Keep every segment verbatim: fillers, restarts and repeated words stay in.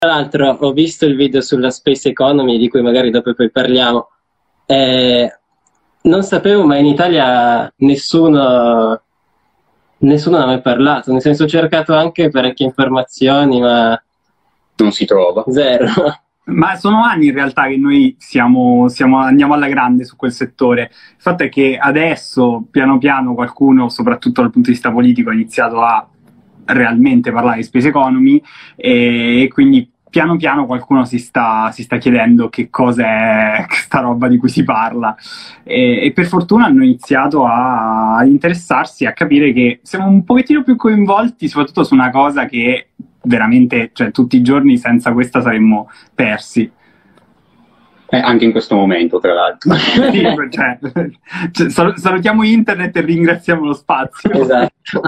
Tra l'altro ho visto il video sulla Space Economy, di cui magari dopo poi parliamo. Eh, non sapevo, ma in Italia nessuno, nessuno ne ha mai parlato. Nel senso, ho cercato anche parecchie informazioni, ma non si trova. Zero. Ma sono anni in realtà che noi siamo, siamo, andiamo alla grande su quel settore. Il fatto è che adesso, piano piano, qualcuno, soprattutto dal punto di vista politico, ha iniziato a realmente parlare di space economy e quindi piano piano qualcuno si sta, si sta chiedendo che cos'è questa roba di cui si parla e, e per fortuna hanno iniziato a, a interessarsi, a capire che siamo un pochettino più coinvolti soprattutto su una cosa che veramente, cioè tutti i giorni senza questa saremmo persi. Eh, anche in questo momento, tra l'altro. Sì, cioè, cioè, sal- salutiamo internet e ringraziamo lo spazio. Esatto.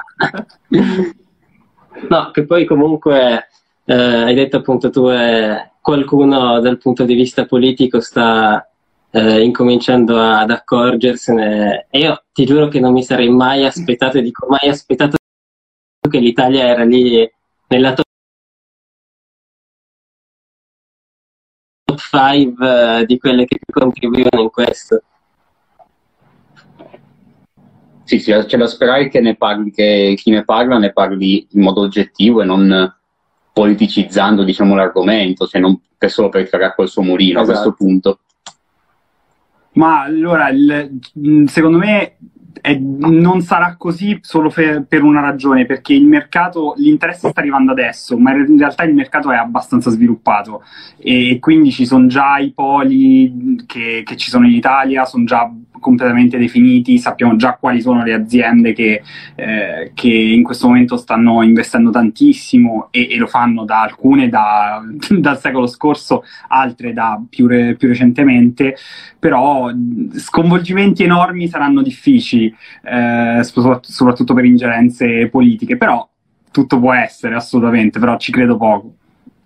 No, che poi comunque eh, hai detto appunto tu eh, qualcuno dal punto di vista politico sta eh, incominciando ad accorgersene e io ti giuro che non mi sarei mai aspettato, e dico mai aspettato, che l'Italia era lì nella top cinque eh, di quelle che più contribuivano in questo. Sì, sì, c'è da sperare che, ne parli, che chi ne parla ne parli in modo oggettivo e non politicizzando, diciamo, l'argomento, cioè non per solo per tirare acqua al suo mulino. Esatto. A questo punto. Ma allora, il, secondo me è, non sarà così solo per, per una ragione, perché il mercato, l'interesse sta arrivando adesso, ma in realtà il mercato è abbastanza sviluppato e quindi ci sono già i poli che, che ci sono in Italia, sono già completamente definiti, sappiamo già quali sono le aziende che, eh, che in questo momento stanno investendo tantissimo e, e lo fanno da alcune da, dal secolo scorso, altre da più, re, più recentemente, però sconvolgimenti enormi saranno difficili, eh, soprattutto per ingerenze politiche, però tutto può essere assolutamente, però ci credo poco.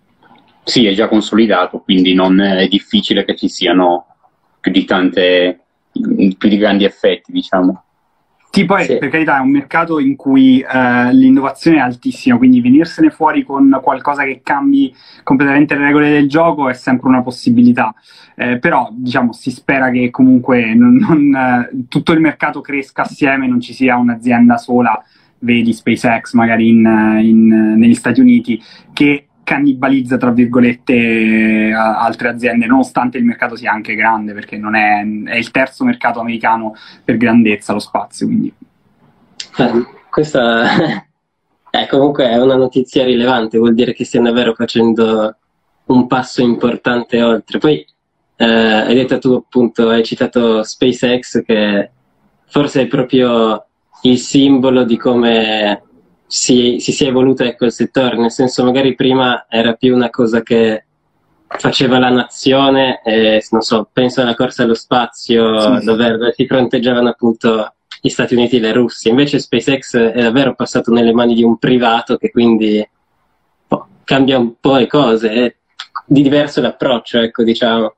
Sì, è già consolidato, quindi non è difficile che ci siano più di tante più di grandi effetti, diciamo. Sì, poi Sì. Per carità è un mercato in cui eh, l'innovazione è altissima, quindi venirsene fuori con qualcosa che cambi completamente le regole del gioco è sempre una possibilità, eh, però diciamo si spera che comunque non, non, eh, tutto il mercato cresca assieme, non ci sia un'azienda sola, vedi SpaceX magari in, in, negli Stati Uniti, che cannibalizza tra virgolette altre aziende, nonostante il mercato sia anche grande, perché non è, è il terzo mercato americano per grandezza lo spazio, quindi. Eh, questa è comunque è una notizia rilevante, vuol dire che stiamo davvero facendo un passo importante oltre. Poi eh, hai detto tu appunto, hai citato SpaceX, che forse è proprio il simbolo di come Si, si sia evoluto, ecco, il settore, nel senso magari prima era più una cosa che faceva la nazione, e, non so, penso alla corsa allo spazio, sì, dove, dove si fronteggiavano appunto gli Stati Uniti e la Russia, invece SpaceX è davvero passato nelle mani di un privato che quindi oh, cambia un po' le cose, è di diverso l'approccio, ecco, diciamo.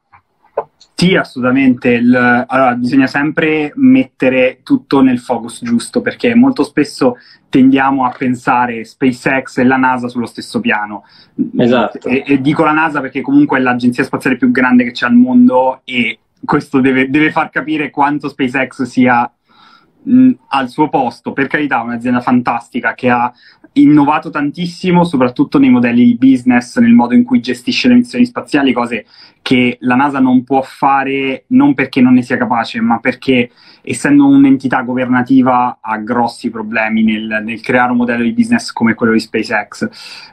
Sì, assolutamente. Il, allora, bisogna sempre mettere tutto nel focus giusto, perché molto spesso tendiamo a pensare SpaceX e la NASA sullo stesso piano. Esatto. E, e dico la NASA perché comunque è l'agenzia spaziale più grande che c'è al mondo e questo deve, deve far capire quanto SpaceX sia mh, al suo posto. Per carità, è un'azienda fantastica che ha innovato tantissimo, soprattutto nei modelli di business, nel modo in cui gestisce le missioni spaziali, cose che la NASA non può fare non perché non ne sia capace, ma perché essendo un'entità governativa ha grossi problemi nel, nel creare un modello di business come quello di SpaceX.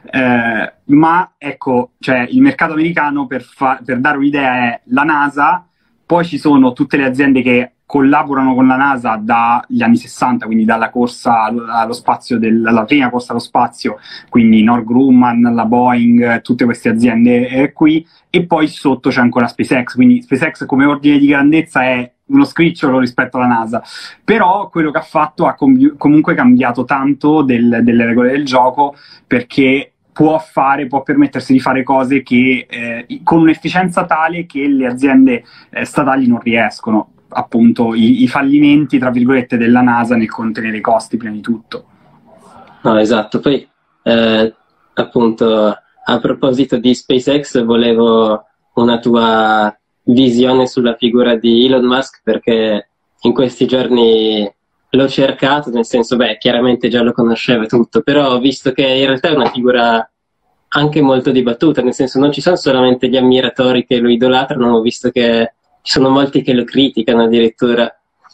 Eh, ma ecco, cioè, il mercato americano, per, fa- per dare un'idea, è la NASA, poi ci sono tutte le aziende che collaborano con la NASA dagli anni sessanta, quindi dalla corsa allo spazio, del, dalla prima corsa allo spazio, quindi Northrop Grumman, la Boeing, tutte queste aziende eh, qui, e poi sotto c'è ancora SpaceX, quindi SpaceX come ordine di grandezza è uno scricciolo rispetto alla NASA, però quello che ha fatto ha com- comunque cambiato tanto del, delle regole del gioco, perché può fare, può permettersi di fare cose che eh, con un'efficienza tale che le aziende eh, statali non riescono, appunto i, i fallimenti tra virgolette della NASA nel contenere i costi prima di tutto. No, esatto, poi eh, appunto a proposito di SpaceX, volevo una tua visione sulla figura di Elon Musk, perché in questi giorni l'ho cercato, nel senso, beh, chiaramente già lo conoscevo e tutto, però ho visto che in realtà è una figura anche molto dibattuta, nel senso non ci sono solamente gli ammiratori che lo idolatrano, ho visto che ci sono molti che lo criticano addirittura.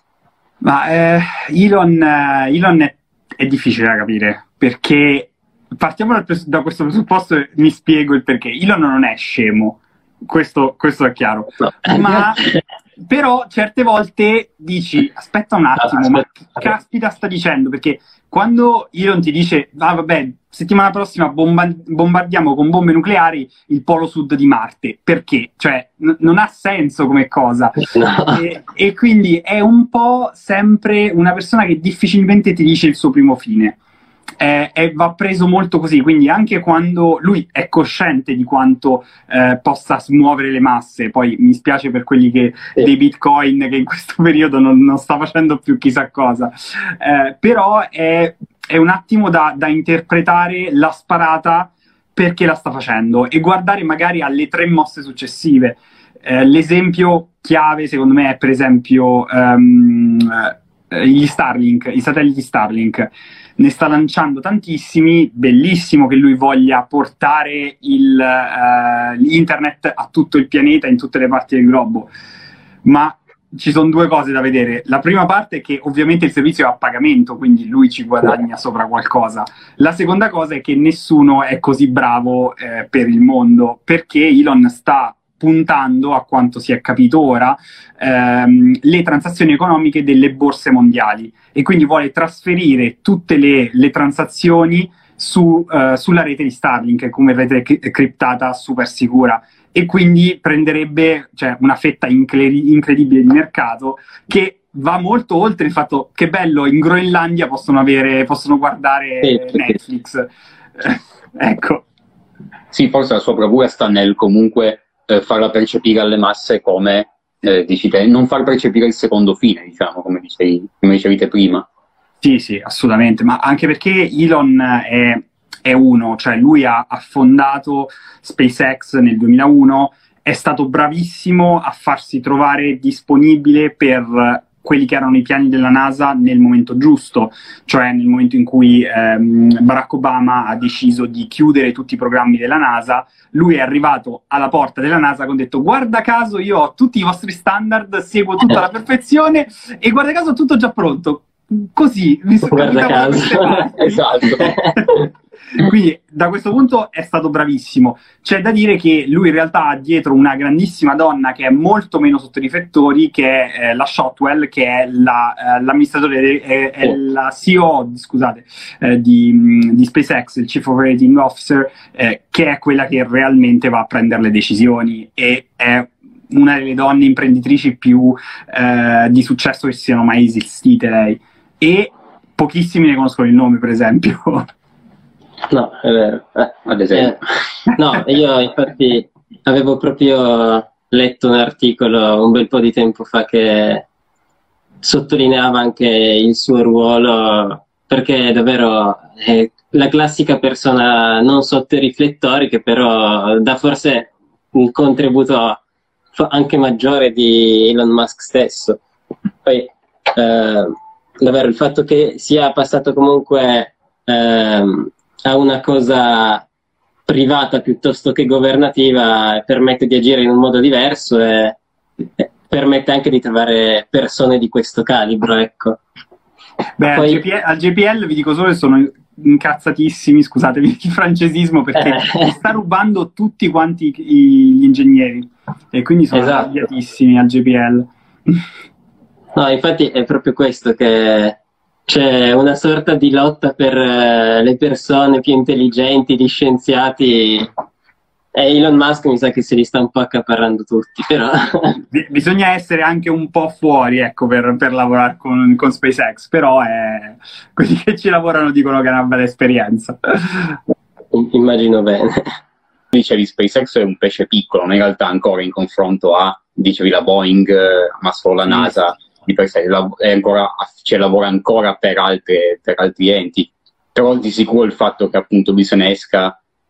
Ma eh, Elon, eh, Elon è, è difficile da capire, perché partiamo dal pres- da questo presupposto e mi spiego il perché. Elon non è scemo, questo, questo è chiaro, No. ma però certe volte dici aspetta un attimo, ma che caspita sta dicendo? Perché quando Elon ti dice ah vabbè, settimana prossima bomba- bombardiamo con bombe nucleari il polo sud di Marte, perché? Cioè n- non ha senso come cosa. No. E, e quindi è un po' sempre una persona che difficilmente ti dice il suo primo fine. Eh, e va preso molto così, quindi anche quando lui è cosciente di quanto eh, possa smuovere le masse, poi mi spiace per quelli che, Sì. dei bitcoin che in questo periodo non, non sta facendo più chissà cosa, eh, però è, è un attimo da, da interpretare la sparata perché la sta facendo e guardare magari alle tre mosse successive. Eh, l'esempio chiave secondo me è per esempio um, gli Starlink, i satelliti Starlink. Ne sta lanciando tantissimi, bellissimo che lui voglia portare il, uh, l'internet a tutto il pianeta, in tutte le parti del globo, ma ci sono due cose da vedere. La prima parte è che ovviamente il servizio è a pagamento, quindi lui ci guadagna sopra qualcosa. La seconda cosa è che nessuno è così bravo eh, per il mondo, perché Elon sta puntando, a quanto si è capito ora, ehm, le transazioni economiche delle borse mondiali e quindi vuole trasferire tutte le, le transazioni su, uh, sulla rete di Starlink come rete cri- criptata super sicura e quindi prenderebbe cioè, una fetta incre- incredibile di mercato che va molto oltre il fatto che bello, in Groenlandia possono, avere, possono guardare Sì. Netflix. Ecco. Sì, forse la sua bravura sta nel comunque eh, farla percepire alle masse come, eh, dici te, non far percepire il secondo fine, diciamo, come dicevi, come dicevi te prima. Sì, sì, assolutamente, ma anche perché Elon è, è uno, cioè lui ha, ha fondato SpaceX nel duemilauno, è stato bravissimo a farsi trovare disponibile per quelli che erano i piani della NASA nel momento giusto, cioè nel momento in cui ehm, Barack Obama ha deciso di chiudere tutti i programmi della NASA, lui è arrivato alla porta della NASA e ha detto guarda caso io ho tutti i vostri standard, seguo tutto alla perfezione e guarda caso tutto già pronto. Così mi sono Guarda caso. Esatto. Quindi da questo punto è stato bravissimo. C'è da dire che lui in realtà ha dietro una grandissima donna che è molto meno sotto i riflettori, che è eh, la Shotwell, che è la, eh, l'amministratore, è, è la C E O, scusate, eh, di, di SpaceX, il Chief Operating Officer, eh, che è quella che realmente va a prendere le decisioni e è una delle donne imprenditrici più eh, di successo che siano mai esistite lei. E pochissimi ne conoscono il nome, per esempio. No, è vero. Eh, Ad esempio. eh, no, io infatti avevo proprio letto un articolo un bel po' di tempo fa che sottolineava anche il suo ruolo, perché davvero è la classica persona non sotto i riflettori che però dà forse un contributo anche maggiore di Elon Musk stesso. Poi eh, davvero il fatto che sia passato comunque ehm, a una cosa privata piuttosto che governativa permette di agire in un modo diverso e, e permette anche di trovare persone di questo calibro, ecco. Beh, Poi... al, G P L, al G P L vi dico solo che sono incazzatissimi, scusatemi il francesismo, perché Eh. sta rubando tutti quanti i, gli ingegneri e quindi sono Esatto. arrabbiatissimi al G P L. No, infatti è proprio questo, che c'è una sorta di lotta per eh, le persone più intelligenti, gli scienziati, e Elon Musk mi sa che se li sta un po' accaparrando tutti, però... B- bisogna essere anche un po' fuori, ecco, per, per lavorare con, con SpaceX, però è... quelli che ci lavorano dicono che è una bella esperienza. Immagino bene. Dicevi SpaceX è un pesce piccolo, ma in realtà ancora in confronto a, dicevi, la Boeing, ma solo la NASA, di per sé è ancora, cioè, lavora ancora per, altre, per altri enti. Però di sicuro il fatto che appunto lui se ne esca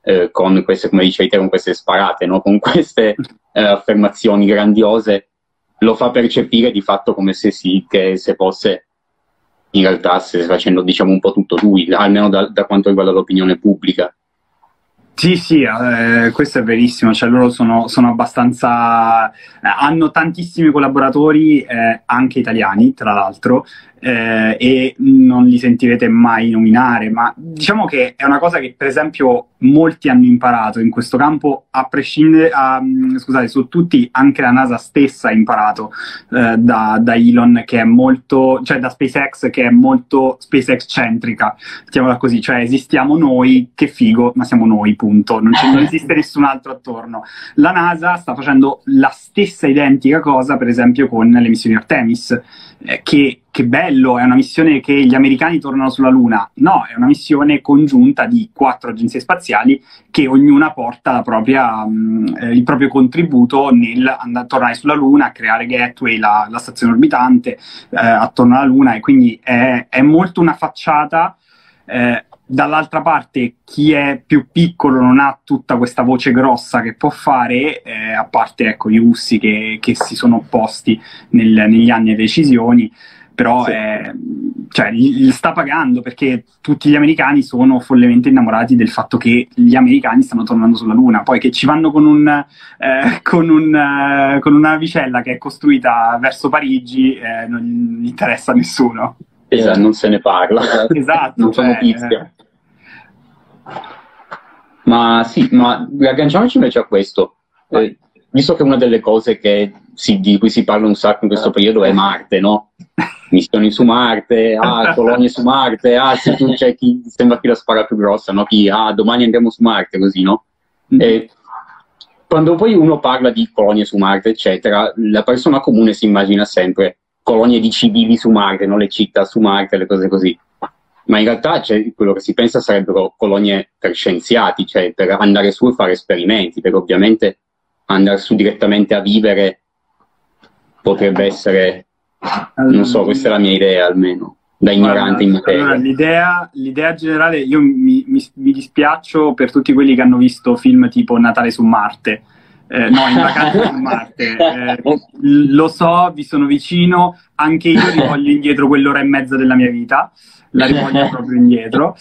eh, con queste, come dicevi te, con queste sparate, no? Con queste eh, affermazioni grandiose, lo fa percepire di fatto come se sì, che se fosse in realtà stesse facendo, diciamo, un po' tutto lui, almeno da, da quanto riguarda l'opinione pubblica. Sì, sì, eh, questo è verissimo, cioè loro sono, sono abbastanza, eh, hanno tantissimi collaboratori, eh, anche italiani, tra l'altro, eh, e non li sentirete mai nominare, ma diciamo che è una cosa che per esempio molti hanno imparato in questo campo, a prescindere, a, scusate, su tutti, anche la NASA stessa ha imparato eh, da, da Elon, che è molto, cioè da SpaceX, che è molto SpaceX-centrica, mettiamola così, cioè esistiamo noi, che figo, ma siamo noi, punto, non, c'è, non esiste nessun altro attorno. La NASA sta facendo la stessa identica cosa, per esempio, con le missioni Artemis, eh, che, che bello, è una missione che gli americani tornano sulla Luna. No, è una missione congiunta di quattro agenzie spaziali che ognuna porta la propria, mh, eh, il proprio contributo nel andare a tornare sulla Luna, a creare Gateway, la, la stazione orbitante eh, attorno alla Luna, e quindi è, è molto una facciata. Eh, dall'altra parte chi è più piccolo non ha tutta questa voce grossa che può fare, eh, a parte ecco i russi che, che si sono opposti nel, negli anni alle decisioni, però sì. eh, cioè, li, li sta pagando, perché tutti gli americani sono follemente innamorati del fatto che gli americani stanno tornando sulla Luna, poi che ci vanno con, un, eh, con, un, eh, con una navicella che è costruita verso Parigi, eh, non gli interessa a nessuno. Esatto, non se ne parla. Esatto, non c'è cioè, notizia. Eh... Ma sì, ma agganciamoci invece a questo. Eh, visto che una delle cose che si, di cui si parla un sacco in questo periodo è Marte, no? Missioni su Marte, ah, colonie su Marte, ah, sì, tu c'è chi sembra chi la spara più grossa, no? Chi, ah, domani andiamo su Marte, così, no? E quando poi uno parla di colonie su Marte, eccetera, la persona comune si immagina sempre colonie di civili su Marte, no? Le città su Marte, le cose così. Ma in realtà cioè, quello che si pensa sarebbero colonie per scienziati, cioè per andare su e fare esperimenti, perché ovviamente andare su direttamente a vivere potrebbe essere, non so, questa è la mia idea almeno, da ignorante in materia. Allora, l'idea, l'idea generale, io mi, mi, mi dispiaccio per tutti quelli che hanno visto film tipo Natale su Marte, eh, no, in vacanza su Marte, eh, lo so, vi sono vicino, anche io rivoglio indietro quell'ora e mezza della mia vita, la rivoglio proprio indietro.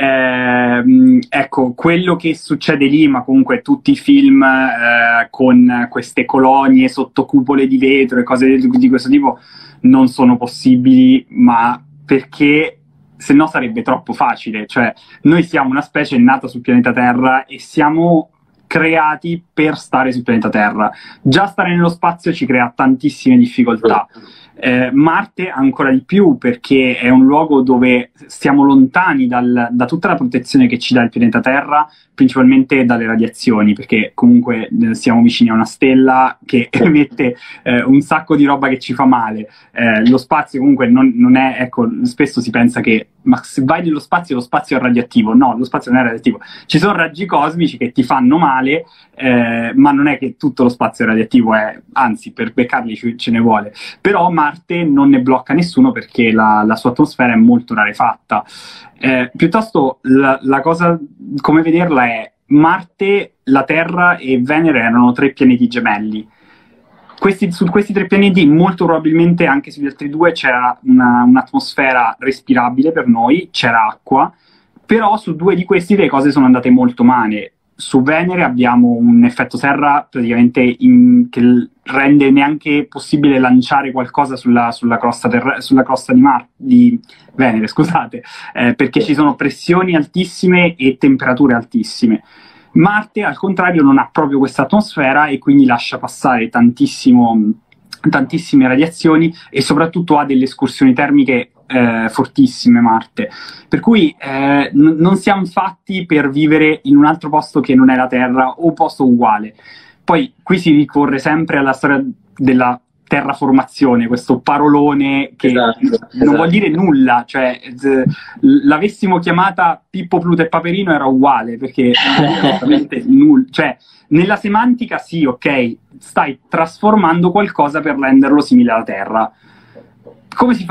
Eh, ecco, quello che succede lì, ma comunque tutti i film eh, con queste colonie sotto cupole di vetro e cose di, di questo tipo non sono possibili, ma perché se no sarebbe troppo facile. Cioè, noi siamo una specie nata sul pianeta Terra e siamo creati per stare sul pianeta Terra. Già stare nello spazio ci crea tantissime difficoltà. Eh, Marte ancora di più, perché è un luogo dove stiamo lontani dal, da tutta la protezione che ci dà il pianeta Terra, principalmente dalle radiazioni, perché comunque eh, siamo vicini a una stella che emette eh, un sacco di roba che ci fa male. Eh, lo spazio comunque non, non è, ecco, spesso si pensa che ma se vai nello spazio lo spazio è radioattivo. No, lo spazio non è radioattivo. Ci sono raggi cosmici che ti fanno male, eh, ma non è che tutto lo spazio è radioattivo, è, anzi per beccarli ci, ce ne vuole. Però Marte non ne blocca nessuno perché la, la sua atmosfera è molto rarefatta. Eh, piuttosto la, la cosa come vederla è Marte, la Terra e Venere erano tre pianeti gemelli. Questi, su questi tre pianeti molto probabilmente anche sugli altri due c'era una, un'atmosfera respirabile per noi, c'era acqua, però su due di questi le cose sono andate molto male. Su Venere abbiamo un effetto serra praticamente in, che rende neanche possibile lanciare qualcosa sulla, sulla crosta, terra, sulla crosta di, Mar- di Venere, scusate, eh, perché ci sono pressioni altissime e temperature altissime. Marte, al contrario, non ha proprio questa atmosfera e quindi lascia passare tantissimo, tantissime radiazioni e soprattutto ha delle escursioni termiche eh, fortissime Marte. Per cui eh, n- non siamo fatti per vivere in un altro posto che non è la Terra o un posto uguale. Poi qui si ricorre sempre alla storia della terraformazione, questo parolone che esatto, non esatto. vuol dire nulla, cioè z- l'avessimo chiamata Pippo, Pluto e Paperino era uguale, perché assolutamente nulla, cioè nella semantica sì, ok, stai trasformando qualcosa per renderlo simile alla Terra. Come si fa?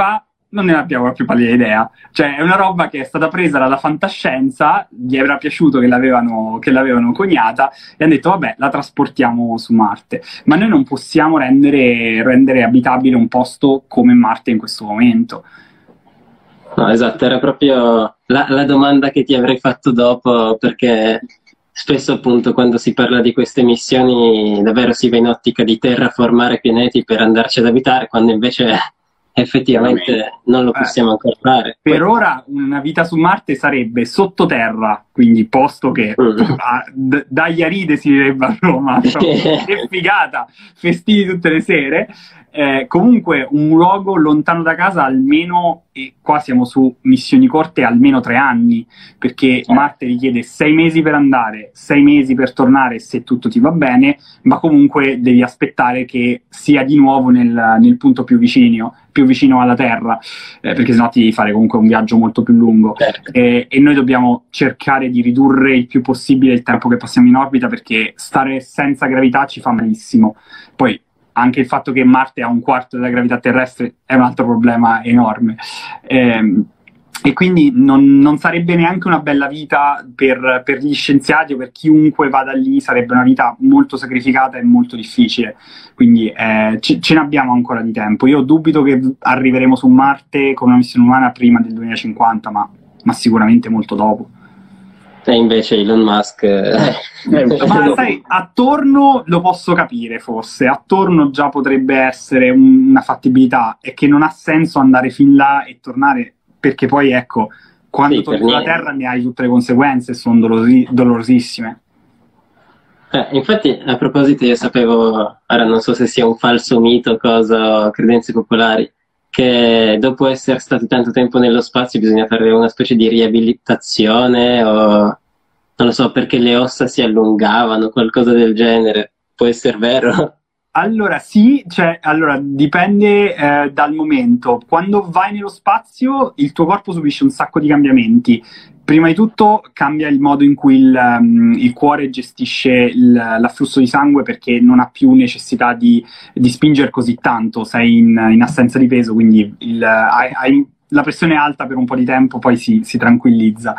non ne abbiamo la più pallida idea. Cioè, è una roba che è stata presa dalla fantascienza, gli avrà piaciuto che l'avevano, che l'avevano coniata, e hanno detto, vabbè, la trasportiamo su Marte. Ma noi non possiamo rendere, rendere abitabile un posto come Marte in questo momento. No, esatto, era proprio la, la domanda che ti avrei fatto dopo, perché spesso appunto quando si parla di queste missioni davvero si va in ottica di terraformare pianeti per andarci ad abitare, quando invece effettivamente non lo possiamo eh, ancora fare. Per Poi, ora una vita su Marte sarebbe sottoterra, quindi posto che mm. a, d- da Iaride si direbbe a Roma, che figata, festini tutte le sere. Eh, comunque un luogo lontano da casa almeno, e qua siamo su missioni corte, almeno tre anni, perché Marte richiede sei mesi per andare, sei mesi per tornare se tutto ti va bene, ma comunque devi aspettare che sia di nuovo nel, nel punto più vicino, più vicino alla Terra, eh, perché sennò ti devi fare comunque un viaggio molto più lungo. Certo. Eh, e noi dobbiamo cercare di ridurre il più possibile il tempo che passiamo in orbita, perché stare senza gravità ci fa malissimo. Poi anche il fatto che Marte ha un quarto della gravità terrestre è un altro problema enorme. Eh, e quindi non, non sarebbe neanche una bella vita per, per gli scienziati o per chiunque vada lì, sarebbe una vita molto sacrificata e molto difficile. Quindi eh, ce, ce ne abbiamo ancora di tempo. Io dubito che arriveremo su Marte con una missione umana prima del duemilacinquanta, ma, ma sicuramente molto dopo. E invece Elon Musk... Eh, ma sai, attorno lo posso capire forse, attorno già potrebbe essere un, una fattibilità, è che non ha senso andare fin là e tornare, perché poi ecco, quando sì, torni sulla Terra ne hai tutte le conseguenze, sono dolorosi, dolorosissime. Eh, infatti, a proposito, io sapevo, ora non so se sia un falso mito, cosa, credenze popolari, che dopo essere stati tanto tempo nello spazio bisogna fare una specie di riabilitazione o non lo so, perché le ossa si allungavano, qualcosa del genere. Può essere vero? Allora sì, cioè, allora, dipende eh, dal momento. Quando vai nello spazio il tuo corpo subisce un sacco di cambiamenti. Prima di tutto cambia il modo in cui il, um, il cuore gestisce il, l'afflusso di sangue, perché non ha più necessità di, di spingere così tanto, sei in, in assenza di peso, quindi il, hai, hai la pressione alta per un po' di tempo, poi si, si tranquillizza.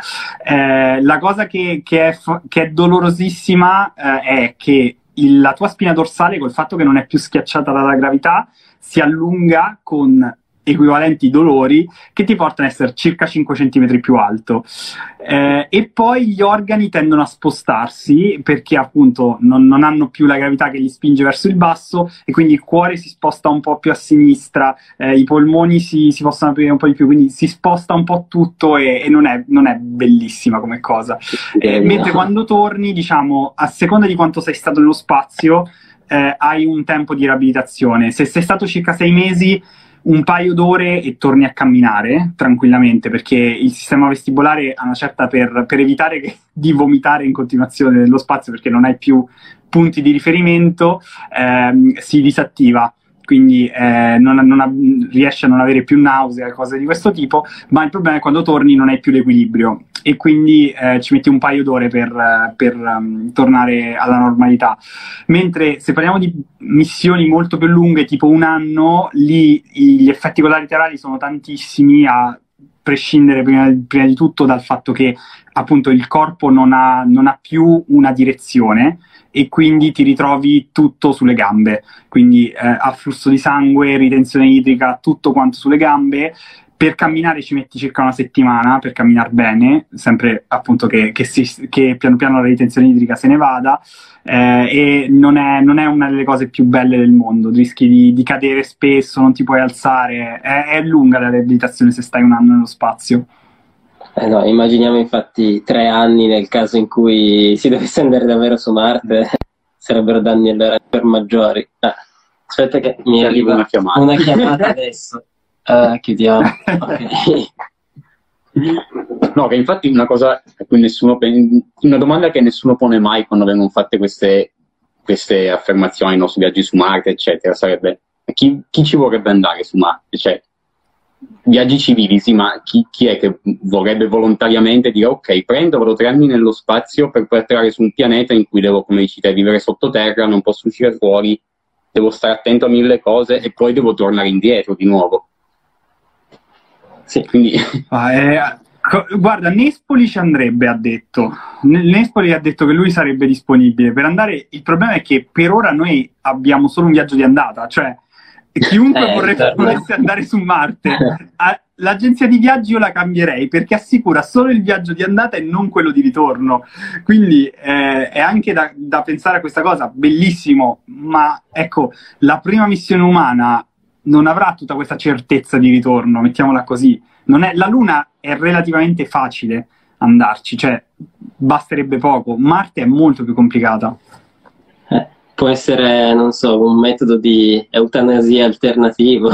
Eh, la cosa che, che, è, che è dolorosissima eh, è che il, la tua spina dorsale, col fatto che non è più schiacciata dalla gravità, si allunga con equivalenti dolori che ti portano ad essere circa cinque centimetri più alto. Eh, e poi gli organi tendono a spostarsi perché appunto non, non hanno più la gravità che li spinge verso il basso, e quindi il cuore si sposta un po' più a sinistra, eh, i polmoni si, si possono aprire un po' di più, quindi si sposta un po' tutto e, e non, è, non è bellissima come cosa. Eh, mentre quando torni, diciamo, a seconda di quanto sei stato nello spazio, eh, hai un tempo di riabilitazione. Se sei stato circa sei mesi, un paio d'ore e torni a camminare tranquillamente, perché il sistema vestibolare a una certa, per, per evitare che, di vomitare in continuazione nello spazio, perché non hai più punti di riferimento, ehm, si disattiva, quindi eh, non, non riesci a non avere più nausea e cose di questo tipo, ma il problema è quando torni non hai più l'equilibrio e quindi eh, ci metti un paio d'ore per, per um, tornare alla normalità. Mentre se parliamo di missioni molto più lunghe, tipo un anno, lì gli effetti collaterali sono tantissimi, a prescindere prima, prima di tutto dal fatto che appunto il corpo non ha, non ha più una direzione, e quindi ti ritrovi tutto sulle gambe, quindi eh, afflusso di sangue, ritenzione idrica, tutto quanto sulle gambe. Per camminare ci metti circa una settimana per camminare bene, sempre appunto che, che, si, che piano piano la ritenzione idrica se ne vada, eh, e non è, non è una delle cose più belle del mondo, rischi di, di cadere spesso, non ti puoi alzare, è, è lunga la riabilitazione se stai un anno nello spazio. Eh no, immaginiamo infatti tre anni nel caso in cui si dovesse andare davvero su Marte, sarebbero danni allora per maggiori. Ah, aspetta che mi arriva una chiamata, una chiamata adesso. Uh, chiudiamo. Okay. No, che infatti una cosa a cui nessuno una domanda che nessuno pone mai quando vengono fatte queste, queste affermazioni, no, su viaggi su Marte, eccetera, sarebbe chi, chi ci vorrebbe andare su Marte? Cioè, viaggi civili, sì, ma chi, chi è che vorrebbe volontariamente dire ok, prendo, vado tre anni nello spazio per poi atterrare su un pianeta in cui devo, come dici te, vivere sottoterra, non posso uscire fuori, devo stare attento a mille cose e poi devo tornare indietro di nuovo. Sì. Quindi... Ah, eh, guarda, Nespoli ci andrebbe, ha detto. Nespoli ha detto che lui sarebbe disponibile per andare. Il problema è che per ora noi abbiamo solo un viaggio di andata, cioè chiunque eh, vorrebbe, certo. volesse andare su Marte, l'agenzia di viaggi io la cambierei perché assicura solo il viaggio di andata e non quello di ritorno. Quindi eh, è anche da, da pensare a questa cosa, bellissimo, ma ecco, la prima missione umana non avrà tutta questa certezza di ritorno, mettiamola così. Non è, la Luna è relativamente facile andarci, cioè basterebbe poco. Marte è molto più complicata. Eh, può essere, non so, un metodo di eutanasia alternativo.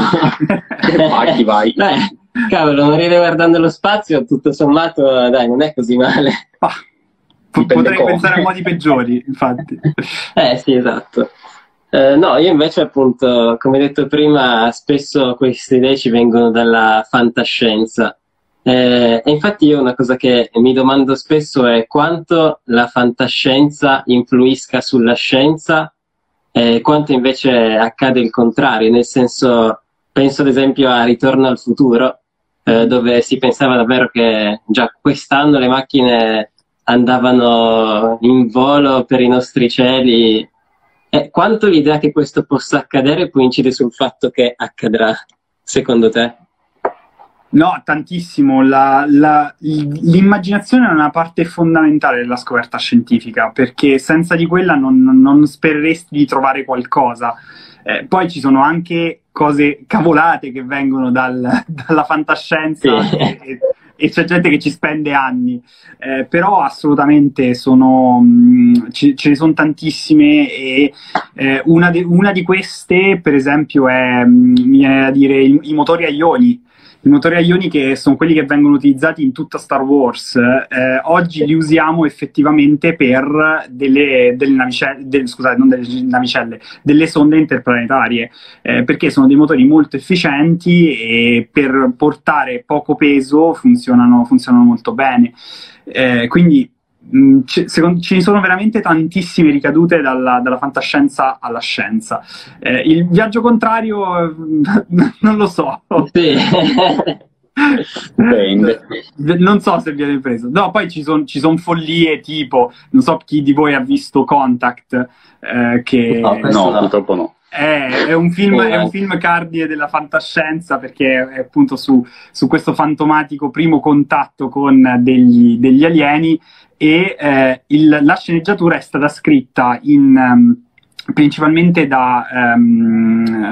vai, vai. Dai, cavolo, morire guardando lo spazio, tutto sommato, dai, non è così male. Ah, potrei pensare a modi peggiori, infatti. Eh sì, esatto. Uh, no, io invece appunto, come detto prima, spesso queste idee ci vengono dalla fantascienza. Eh, e infatti io una cosa che mi domando spesso è quanto la fantascienza influisca sulla scienza e quanto invece accade il contrario, nel senso, penso ad esempio a Ritorno al futuro, eh, dove si pensava davvero che già quest'anno le macchine andavano in volo per i nostri cieli. Eh, quanto l'idea che questo possa accadere poi incide sul fatto che accadrà, secondo te? No, tantissimo. La, la, l'immaginazione è una parte fondamentale della scoperta scientifica, perché senza di quella non, non spereresti di trovare qualcosa. Eh, poi ci sono anche cose cavolate che vengono dal, dalla fantascienza sì. e, e, e c'è gente che ci spende anni, eh, però assolutamente sono, mh, ce, ce ne sono tantissime e eh, una, de, una di queste per esempio è, mh, mi viene da dire, i, i motori a ioni. I motori a ioni che sono quelli che vengono utilizzati in tutta Star Wars, eh, oggi li usiamo effettivamente per delle, delle navicelle, del, scusate, non delle navicelle, delle sonde interplanetarie, eh, perché sono dei motori molto efficienti e per portare poco peso funzionano, funzionano molto bene. Eh, quindi mh, c- secondo, ci sono veramente tantissime ricadute dalla, dalla fantascienza alla scienza. Eh, il viaggio contrario non lo so. Sì. Non so se viene preso. No, poi ci sono ci son follie tipo, non so chi di voi ha visto Contact, eh, che no, no, purtroppo no. È, è, un film, è un film cardine della fantascienza perché è appunto su, su questo fantomatico primo contatto con degli, degli alieni e eh, il, la sceneggiatura è stata scritta in, um, principalmente da, um,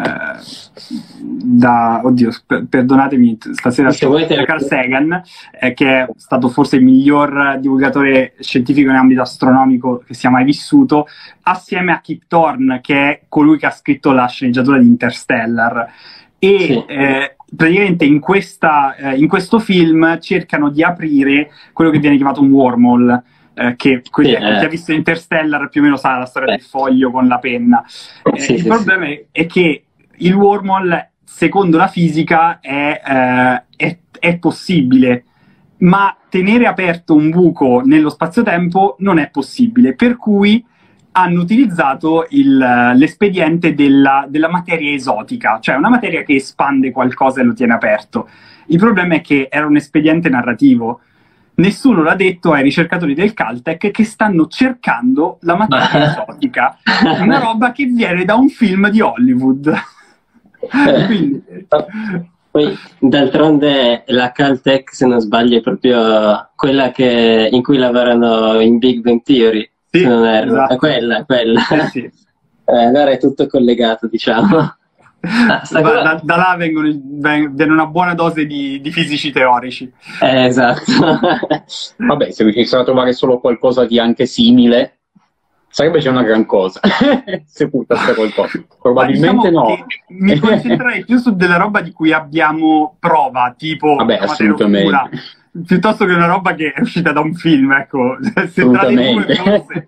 da oddio, per, perdonatemi stasera da Carl Sagan, eh, che è stato forse il miglior divulgatore scientifico in ambito astronomico che sia mai vissuto, assieme a Kip Thorne, che è colui che ha scritto la sceneggiatura di Interstellar. E sì. eh, praticamente in, questa, eh, in questo film cercano di aprire quello che viene chiamato un wormhole. Eh, che quelli, sì, ecco, eh. chi ha visto Interstellar più o meno sa la storia Beh. del foglio con la penna. Eh, sì, il sì, problema sì. è che il wormhole, secondo la fisica, è, eh, è, è possibile, ma tenere aperto un buco nello spazio-tempo non è possibile, per cui hanno utilizzato il, l'espediente della, della materia esotica, cioè una materia che espande qualcosa e lo tiene aperto. Il problema è che era un espediente narrativo. Nessuno l'ha detto ai ricercatori del Caltech che stanno cercando la materia esotica, una roba che viene da un film di Hollywood. Quindi... Poi, d'altronde, la Caltech, se non sbaglio, è proprio quella che, in cui lavorano in Big Bang Theory, sì, se non erro. Esatto. È quella, è quella. Eh, sì. eh, allora è tutto collegato, diciamo. Ah, da, da là vengono, viene una buona dose di, di fisici teorici. Eh, esatto. Vabbè, se riuscissero a trovare solo qualcosa di anche simile, sarebbe già una gran cosa. Se puntasse qualcosa. Probabilmente diciamo no. Mi concentrerei più su della roba di cui abbiamo prova, tipo Vabbè, assolutamente. Oscura, piuttosto che una roba che è uscita da un film, ecco. Se tra le due forse...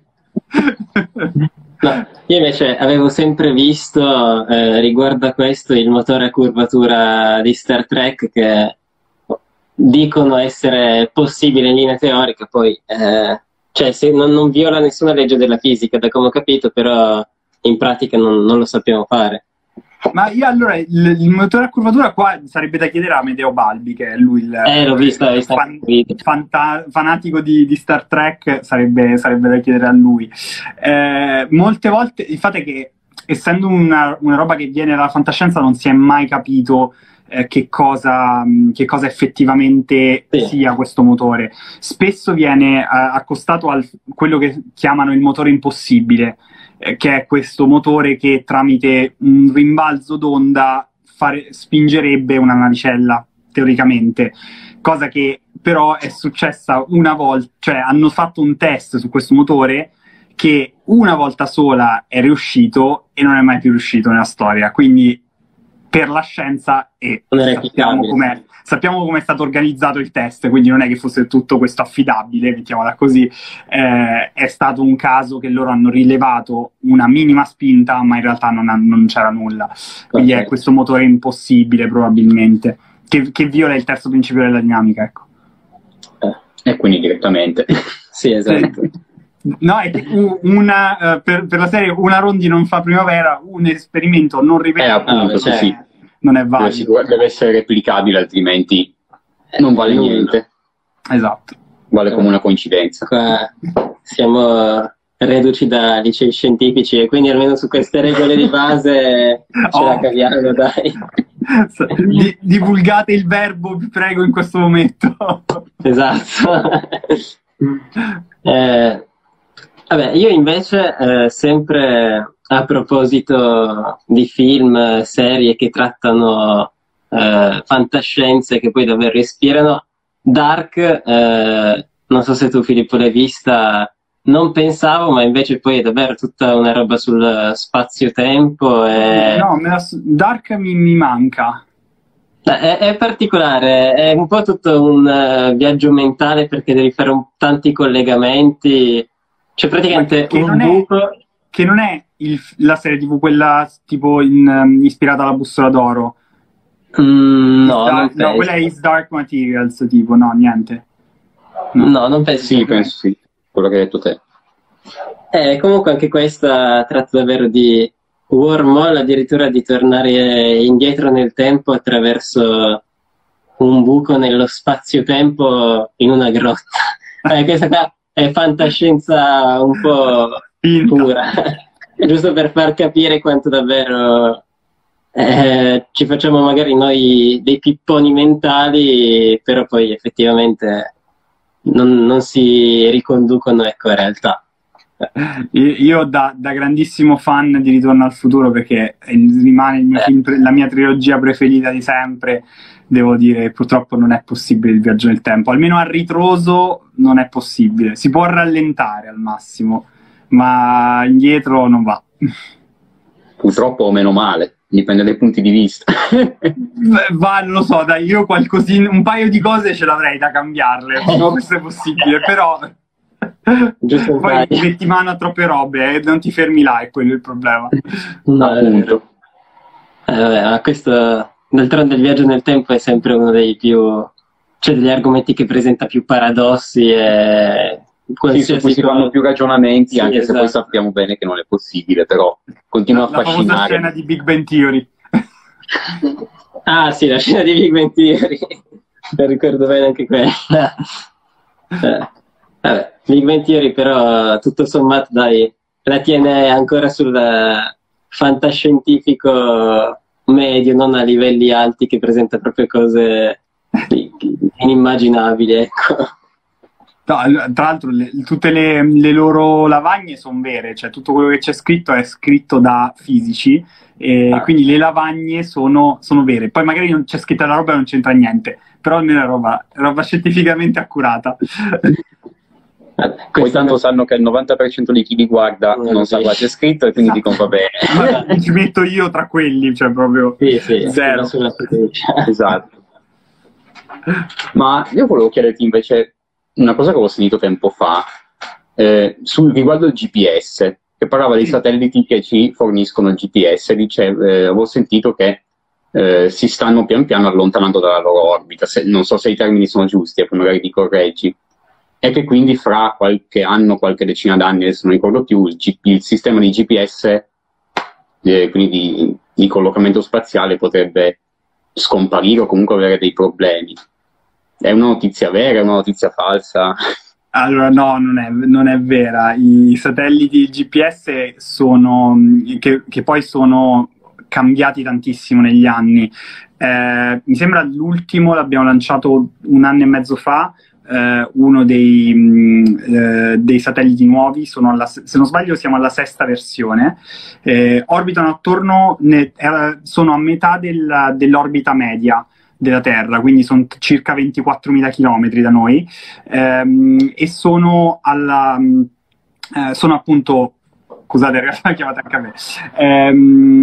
No, io invece avevo sempre visto eh, riguardo a questo il motore a curvatura di Star Trek, che dicono essere possibile in linea teorica, poi eh, cioè se non, non viola nessuna legge della fisica, da come ho capito, però in pratica non, non lo sappiamo fare. Ma io allora, il, il motore a curvatura qua sarebbe da chiedere a Amedeo Balbi, che è lui il eh, l'ho vista, il fan, fanta, fanatico di, di Star Trek, sarebbe, sarebbe da chiedere a lui. Eh, molte volte, il fatto è che, essendo una, una roba che viene dalla fantascienza, non si è mai capito eh, che, cosa, che cosa effettivamente sì. sia questo motore. Spesso viene eh, accostato a quello che chiamano il motore impossibile, che è questo motore che tramite un rimbalzo d'onda fare, spingerebbe una navicella, teoricamente, cosa che però è successa una volta, cioè hanno fatto un test su questo motore che una volta sola è riuscito e non è mai più riuscito nella storia, quindi per la scienza e sappiamo com'è, sappiamo come è stato organizzato il test, quindi non è che fosse tutto questo affidabile, mettiamola così, eh, è stato un caso che loro hanno rilevato una minima spinta, ma in realtà non, ha, non c'era nulla, quindi okay. È questo motore impossibile probabilmente, che, che viola il terzo principio della dinamica, ecco. Eh, e quindi direttamente. Sì, esatto. No, è che una, uh, per, per la serie una Rondi non fa primavera, un esperimento non ripetuto, eh, appunto, cioè, sì. Non è valido. Deve, deve essere replicabile, altrimenti non vale eh, niente. Esatto. Vale come una coincidenza. Qua siamo reduci da licei scientifici e quindi almeno su queste regole di base ce oh. la caviamo, dai. Di, divulgate il verbo, vi prego, in questo momento. Esatto. eh, vabbè, io invece eh, sempre a proposito di film, serie che trattano eh, fantascienze che poi davvero ispirano, Dark, eh, non so se tu Filippo l'hai vista, non pensavo, ma invece poi è davvero tutta una roba sul spazio-tempo. E... No, me la, Dark mi, mi manca. È, è particolare, è un po' tutto un uh, viaggio mentale perché devi fare un, tanti collegamenti, cioè praticamente che un non buco... È, che non è il, la serie tivù quella tipo in, um, ispirata alla bussola d'oro. Mm, no, Dark, non no, quella è Is Dark Materials, tipo, no, niente. No, no non penso. Sì, penso sì, quello che hai detto te. Eh, comunque anche questa tratta davvero di wormhole, addirittura di tornare indietro nel tempo attraverso un buco nello spazio-tempo in una grotta. Eh, questa qua è fantascienza un po' pura, giusto per far capire quanto davvero eh, ci facciamo magari noi dei pipponi mentali, però poi effettivamente non, non si riconducono, ecco, a realtà. Io da, da grandissimo fan di Ritorno al futuro, perché rimane il mio eh. film, la mia trilogia preferita di sempre, devo dire purtroppo non è possibile il viaggio nel tempo, almeno a ritroso non è possibile, si può rallentare al massimo, ma indietro non va. Purtroppo o meno male, dipende dai punti di vista. Va, non lo so, dai, io qualcosina, un paio di cose ce l'avrei da cambiarle, no, questo è possibile, però giusto poi ti metti mano a troppe robe e eh, non ti fermi là, è quello il problema. No, appunto. Eh, vabbè, ma questo, d'altronde il viaggio nel tempo è sempre uno dei più, cioè degli argomenti che presenta più paradossi e sì, su cui si fanno più ragionamenti, sì, anche esatto. Se poi sappiamo bene che non è possibile, però continua la, a affascinare. La famosa scena di Big Bang Theory. Ah sì, la scena di Big Bang Theory, non ricordo bene anche quella. Eh, vabbè, Big Bang Theory però tutto sommato dai, la tiene ancora sul fantascientifico medio, non a livelli alti, che presenta proprio cose inimmaginabili, ecco. No, tra l'altro le, tutte le, le loro lavagne sono vere, cioè tutto quello che c'è scritto è scritto da fisici e ah. Quindi le lavagne sono, sono vere, poi magari non c'è scritta la roba e non c'entra niente, però almeno è roba, roba scientificamente accurata. Poi tanto sanno che il novanta per cento di chi li guarda non, non sa cosa c'è scritto e quindi esatto. Dicono va bene. Ma ci metto io tra quelli, cioè proprio sì, sì, zero. Esatto. Ma io volevo chiederti invece una cosa che avevo sentito tempo fa eh, sul riguardo il G P S, che parlava dei satelliti che ci forniscono il G P S. Dice, eh, avevo sentito che eh, si stanno pian piano allontanando dalla loro orbita, se, non so se i termini sono giusti, e poi magari ti correggi, e che quindi fra qualche anno, qualche decina d'anni, adesso non ricordo più, il, G- il sistema di G P S, eh, quindi di di collocamento spaziale potrebbe scomparire o comunque avere dei problemi. È una notizia vera, è una notizia falsa? Allora, no, non è, non è vera. I satelliti G P S sono, che, che poi sono cambiati tantissimo negli anni. Eh, mi sembra l'ultimo l'abbiamo lanciato un anno e mezzo fa, eh, uno dei, mh, eh, dei satelliti nuovi, sono alla, se non sbaglio siamo alla sesta versione, eh, orbitano attorno, ne, eh, sono a metà del, dell'orbita media della Terra, quindi sono circa ventiquattromila chilometri da noi, ehm, e sono alla eh, sono appunto, scusate ragazzi, l'ho chiamata anche a me, ehm,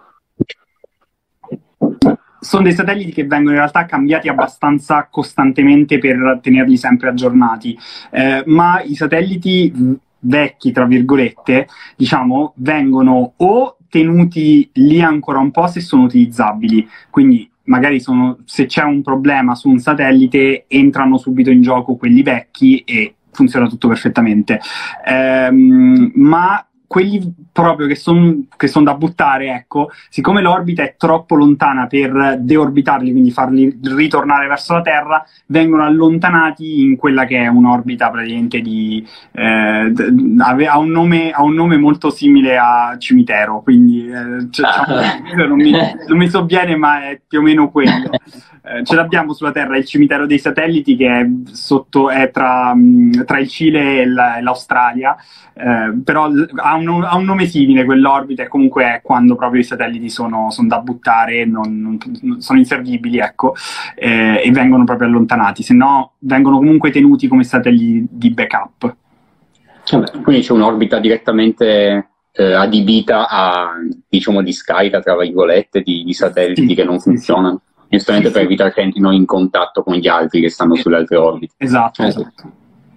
sono dei satelliti che vengono in realtà cambiati abbastanza costantemente per tenerli sempre aggiornati, eh, ma i satelliti vecchi, tra virgolette, diciamo, vengono o tenuti lì ancora un po' se sono utilizzabili, quindi magari sono, se c'è un problema su un satellite entrano subito in gioco quelli vecchi e funziona tutto perfettamente, ehm, ma quelli proprio che sono che son da buttare, ecco, siccome l'orbita è troppo lontana per deorbitarli, quindi farli ritornare verso la Terra, vengono allontanati in quella che è un'orbita praticamente di eh, ha, un nome, ha un nome molto simile a cimitero, quindi eh, non, mi, non mi sovviene, ma è più o meno quello. Eh, ce l'abbiamo sulla Terra, il cimitero dei satelliti, che è, sotto, è tra, tra il Cile e l'Australia, eh, però ha un, ha un nome simile quell'orbita, e comunque è quando proprio i satelliti sono, sono da buttare, non, non, sono inservibili, ecco, eh, e vengono proprio allontanati, se no vengono comunque tenuti come satelliti di backup. Vabbè, quindi c'è un'orbita direttamente eh, adibita a, diciamo, discarica, tra virgolette, di, di satelliti sì, che non sì, funzionano. Sì. Giustamente sì, per sì. evitare che entrino in contatto con gli altri che stanno sulle altre orbite. Esatto, eh, esatto.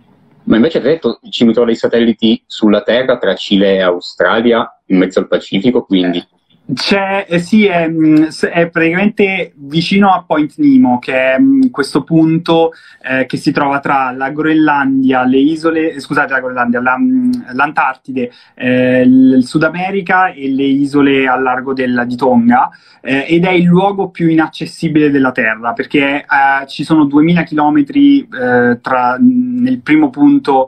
Ma invece hai detto il cimitero dei satelliti sulla Terra tra Cile e Australia, in mezzo al Pacifico, quindi... C'è, eh, sì, è, è praticamente vicino a Point Nemo, che è questo punto eh, che si trova tra la Groenlandia, le isole, scusate, la Groenlandia, la, l'Antartide, eh, il Sud America e le isole a largo del, di Tonga, eh, ed è il luogo più inaccessibile della Terra, perché eh, ci sono duemila chilometri eh, tra, nel primo punto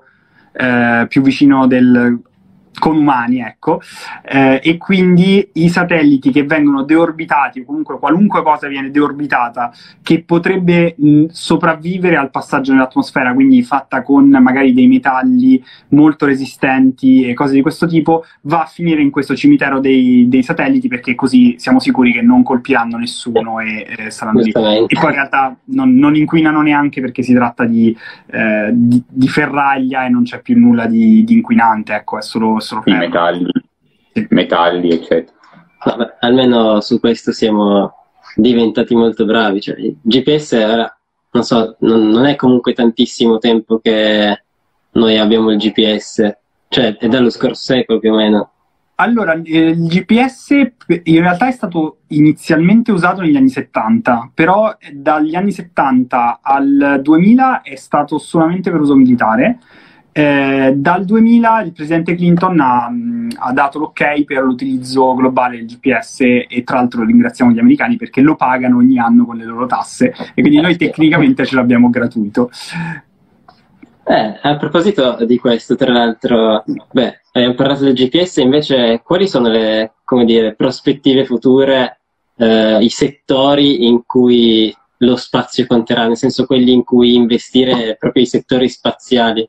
eh, più vicino del... con umani, ecco, eh, e quindi i satelliti che vengono deorbitati, o comunque qualunque cosa viene deorbitata che potrebbe mh, sopravvivere al passaggio nell'atmosfera, quindi fatta con magari dei metalli molto resistenti e cose di questo tipo, va a finire in questo cimitero dei, dei satelliti, perché così siamo sicuri che non colpiranno nessuno e eh, saranno lì. E poi in realtà non, non inquinano neanche, perché si tratta di, eh, di, di ferraglia e non c'è più nulla di, di inquinante, ecco, è solo i metalli, sì. metalli, eccetera. No, almeno su questo siamo diventati molto bravi. Cioè, il G P S, ora, non so, non, non è comunque tantissimo tempo che noi abbiamo il G P S, cioè è dallo scorso secolo più o meno. Allora, eh, il G P S in realtà è stato inizialmente usato negli anni settanta, però dagli anni settanta al duemila è stato solamente per uso militare. Eh, dal duemila il presidente Clinton ha, ha dato l'ok per l'utilizzo globale del G P S, e tra l'altro ringraziamo gli americani perché lo pagano ogni anno con le loro tasse, e quindi noi tecnicamente ce l'abbiamo gratuito. Eh, a proposito di questo, tra l'altro, beh, abbiamo parlato del G P S, invece quali sono le, come dire, prospettive future, eh, i settori in cui lo spazio conterà, nel senso quelli in cui investire proprio i settori spaziali?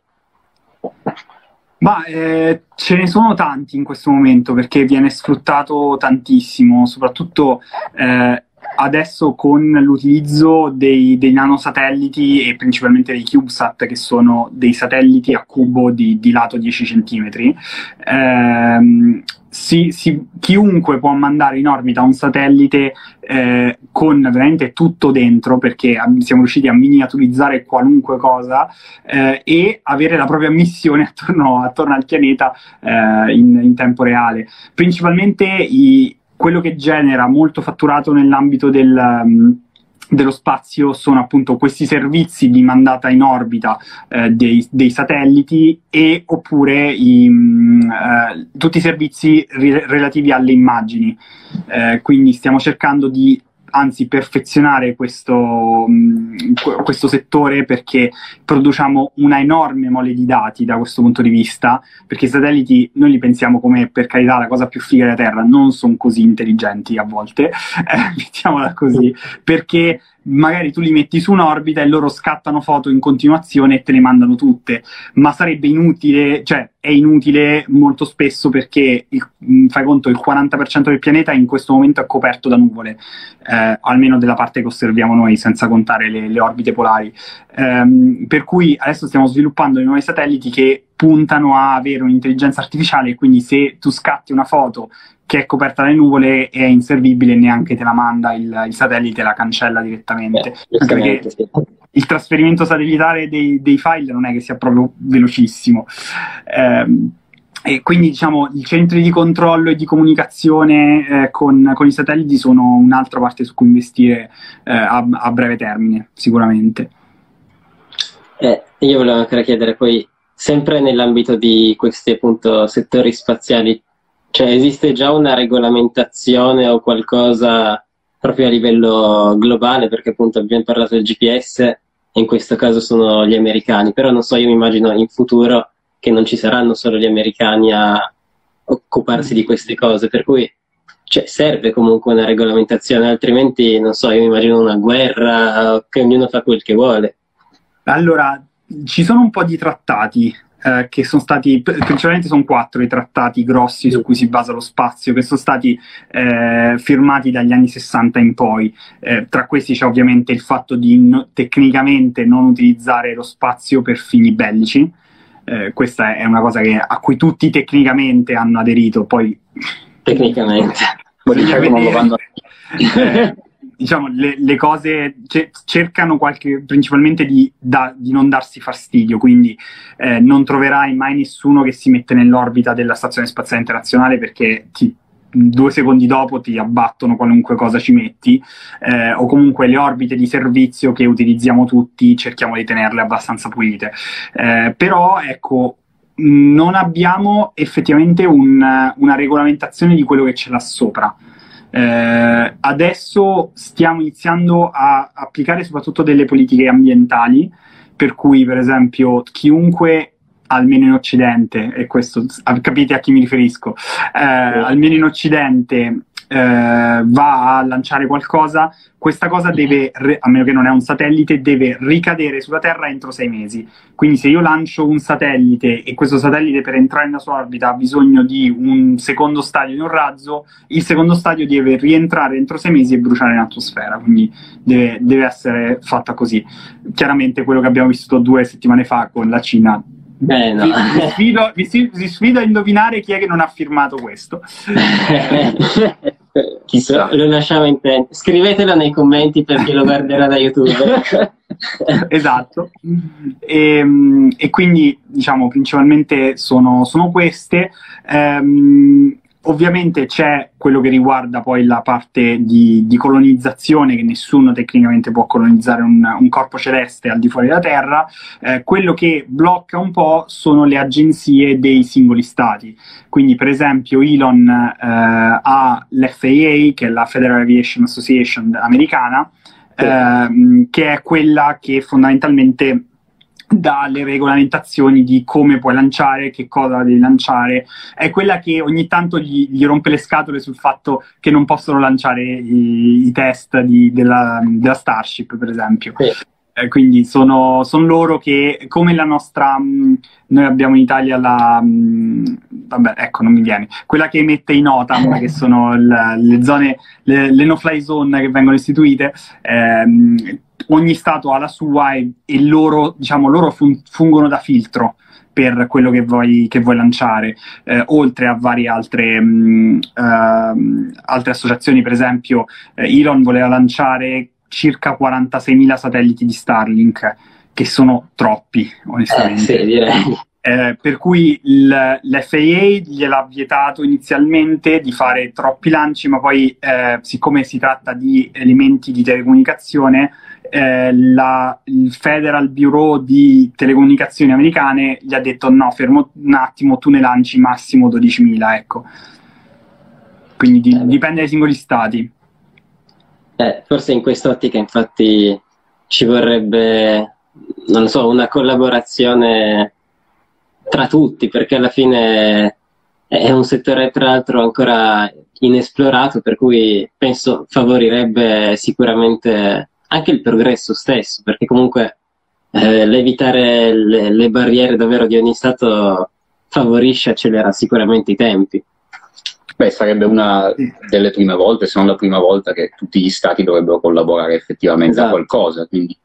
Ma eh, ce ne sono tanti in questo momento, perché viene sfruttato tantissimo, soprattutto eh, adesso con l'utilizzo dei, dei nanosatelliti e principalmente dei CubeSat, che sono dei satelliti a cubo di, di lato dieci centimetri. Eh, si, si, chiunque può mandare in orbita un satellite eh, con veramente tutto dentro, perché siamo riusciti a miniaturizzare qualunque cosa eh, e avere la propria missione attorno, attorno al pianeta eh, in, in tempo reale. Principalmente i quello che genera molto fatturato nell'ambito del, um, dello spazio sono appunto questi servizi di mandata in orbita eh, dei, dei satelliti e oppure i, mh, eh, tutti i servizi ri- relativi alle immagini. Eh, quindi stiamo cercando di anzi perfezionare questo, mh, questo settore, perché produciamo una enorme mole di dati da questo punto di vista, perché i satelliti noi li pensiamo come, per carità, la cosa più figa della Terra, non sono così intelligenti a volte, eh, mettiamola così, perché magari tu li metti su un'orbita e loro scattano foto in continuazione e te le mandano tutte, ma sarebbe inutile, cioè è inutile molto spesso, perché il, fai conto, il quaranta per cento del pianeta in questo momento è coperto da nuvole, eh, almeno della parte che osserviamo noi, senza contare le, le orbite polari. Um, per cui adesso stiamo sviluppando dei nuovi satelliti che puntano a avere un'intelligenza artificiale, e quindi se tu scatti una foto che è coperta dalle nuvole è inservibile, neanche te la manda il, il satellite, la cancella direttamente. Eh, anche perché sì, il trasferimento satellitare dei, dei file non è che sia proprio velocissimo. Um, e quindi diciamo i centri di controllo e di comunicazione eh, con, con i satelliti sono un'altra parte su cui investire eh, a, a breve termine, sicuramente. Eh, io volevo ancora chiedere poi, sempre nell'ambito di questi appunto settori spaziali, cioè esiste già una regolamentazione o qualcosa proprio a livello globale? Perché appunto abbiamo parlato del G P S e in questo caso sono gli americani, però non so, io mi immagino in futuro che non ci saranno solo gli americani a occuparsi di queste cose, per cui cioè, serve comunque una regolamentazione, altrimenti non so, io mi immagino una guerra che ognuno fa quel che vuole. Allora, ci sono un po' di trattati eh, che sono stati, principalmente sono quattro i trattati grossi su cui si basa lo spazio, che sono stati eh, firmati dagli anni sessanta in poi. Eh, tra questi c'è ovviamente il fatto di no, tecnicamente non utilizzare lo spazio per fini bellici. Eh, questa è una cosa che, a cui tutti tecnicamente hanno aderito, poi tecnicamente eh, diciamo le, le cose ce- cercano qualche, principalmente di, da, di non darsi fastidio, quindi eh, non troverai mai nessuno che si mette nell'orbita della Stazione Spaziale Internazionale, perché ti due secondi dopo ti abbattono qualunque cosa ci metti, eh, o comunque le orbite di servizio che utilizziamo tutti cerchiamo di tenerle abbastanza pulite. Eh, però ecco, non abbiamo effettivamente un, una regolamentazione di quello che ce l'ha sopra. Eh, adesso stiamo iniziando a applicare soprattutto delle politiche ambientali, per cui per esempio chiunque, almeno in Occidente, e questo capite a chi mi riferisco, eh, almeno in Occidente eh, va a lanciare qualcosa, questa cosa deve, a meno che non è un satellite, deve ricadere sulla Terra entro sei mesi. Quindi se io lancio un satellite e questo satellite per entrare nella sua orbita ha bisogno di un secondo stadio di un razzo, il secondo stadio deve rientrare entro sei mesi e bruciare in atmosfera, quindi deve, deve essere fatta così. Chiaramente quello che abbiamo visto due settimane fa con la Cina, Eh, no. vi, vi, sfido, vi, vi sfido a indovinare chi è che non ha firmato questo. Chissà, lo lasciamo in tempo. Scrivetelo nei commenti per chi lo guarderà da YouTube. Esatto. E, e quindi diciamo principalmente sono, sono queste. Ehm, Ovviamente c'è quello che riguarda poi la parte di, di colonizzazione, che nessuno tecnicamente può colonizzare un, un corpo celeste al di fuori della Terra. Eh, quello che blocca un po' sono le agenzie dei singoli stati. Quindi per esempio Elon eh, ha l'F A A, che è la Federal Aviation Association americana, eh, che è quella che fondamentalmente dà le regolamentazioni di come puoi lanciare, che cosa devi lanciare. È quella che ogni tanto gli, gli rompe le scatole sul fatto che non possono lanciare i, i test di, della, della Starship, per esempio. Sì. Eh, quindi sono, sono loro che, come la nostra, mh, noi abbiamo in Italia la, mh, vabbè, ecco, non mi viene, quella che emette i NOTAM, che sono le, le zone, le, le no-fly zone che vengono istituite. ehm, Ogni stato ha la sua e, e loro, diciamo, loro fun- fungono da filtro per quello che vuoi, che vuoi lanciare, eh, oltre a varie altre, mh, uh, altre associazioni. Per esempio eh, Elon voleva lanciare circa quarantaseimila satelliti di Starlink, che sono troppi, onestamente. Eh, sì, direi. Eh, per cui l'F A A gliel'ha vietato inizialmente di fare troppi lanci, ma poi eh, siccome si tratta di elementi di telecomunicazione, eh, la, il Federal Bureau di Telecomunicazioni americane gli ha detto no, fermo un attimo, tu ne lanci massimo dodicimila, ecco. Quindi di, eh, dipende dai singoli stati. Eh, forse in quest'ottica infatti ci vorrebbe, non lo so, una collaborazione tra tutti, perché alla fine è un settore tra l'altro ancora inesplorato, per cui penso favorirebbe sicuramente anche il progresso stesso, perché comunque eh, l'evitare le, le barriere davvero di ogni stato favorisce e accelera sicuramente i tempi. Beh, sarebbe una delle prime volte, se non la prima volta, che tutti gli stati dovrebbero collaborare effettivamente esatto. a qualcosa, quindi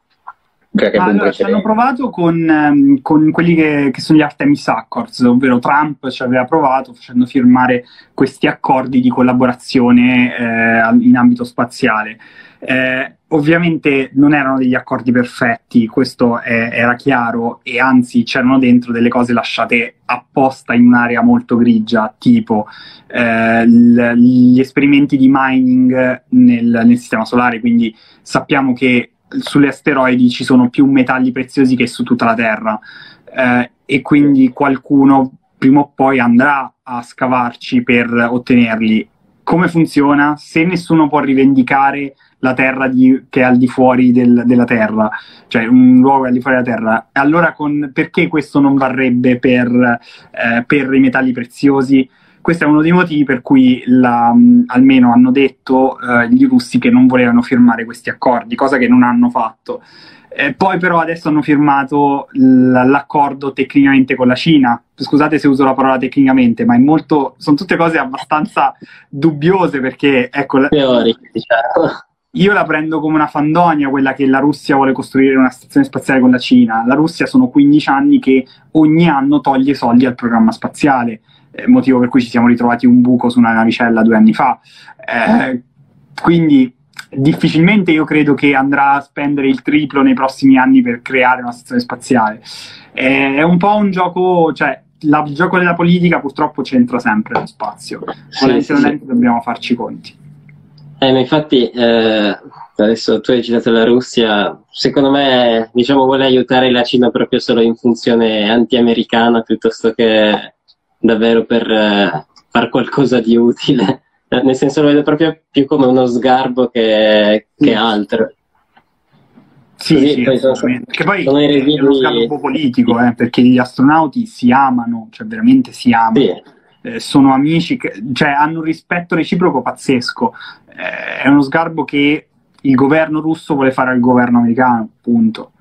Ma allora, ci hanno provato con, um, con quelli che, che sono gli Artemis Accords, ovvero Trump ci aveva provato facendo firmare questi accordi di collaborazione eh, in ambito spaziale. Eh, ovviamente non erano degli accordi perfetti, questo è, era chiaro, e anzi c'erano dentro delle cose lasciate apposta in un'area molto grigia, tipo eh, l- gli esperimenti di mining nel, nel sistema solare, quindi sappiamo che sulle asteroidi ci sono più metalli preziosi che su tutta la Terra, eh, e quindi qualcuno prima o poi andrà a scavarci per ottenerli. Come funziona? Se nessuno può rivendicare la Terra di, che è al di fuori del, della Terra, cioè un luogo al di fuori della Terra, allora con, perché questo non varrebbe per, eh, per i metalli preziosi? Questo è uno dei motivi per cui la, almeno hanno detto eh, gli russi che non volevano firmare questi accordi, cosa che non hanno fatto. Eh, poi però adesso hanno firmato l'accordo tecnicamente con la Cina. Scusate se uso la parola tecnicamente, ma è molto, sono tutte cose abbastanza dubbiose, perché ecco, teoriche, diciamo. Io la prendo come una fandonia quella che la Russia vuole costruire una stazione spaziale con la Cina. La Russia sono quindici anni che ogni anno toglie soldi al programma spaziale, eh, motivo per cui ci siamo ritrovati un buco su una navicella due anni fa. Eh, quindi difficilmente io credo che andrà a spendere il triplo nei prossimi anni per creare una stazione spaziale. Eh, è un po' un gioco, cioè la, il gioco della politica purtroppo c'entra sempre lo spazio. Volente sì, sì, sì. Dobbiamo farci conti. Eh, ma infatti, eh, adesso tu hai citato la Russia, secondo me, diciamo, vuole aiutare la Cina proprio solo in funzione anti-americana, piuttosto che davvero per eh, far qualcosa di utile. Eh, nel senso, lo vedo proprio più come uno sgarbo che, che altro. Sì, Così, sì, poi assolutamente. Che poi è residui... uno sgarbo politico, eh, perché gli astronauti si amano, cioè veramente si amano. Sì. Eh, sono amici, che, cioè hanno un rispetto reciproco pazzesco. Eh, è uno sgarbo che il governo russo vuole fare al governo americano, punto.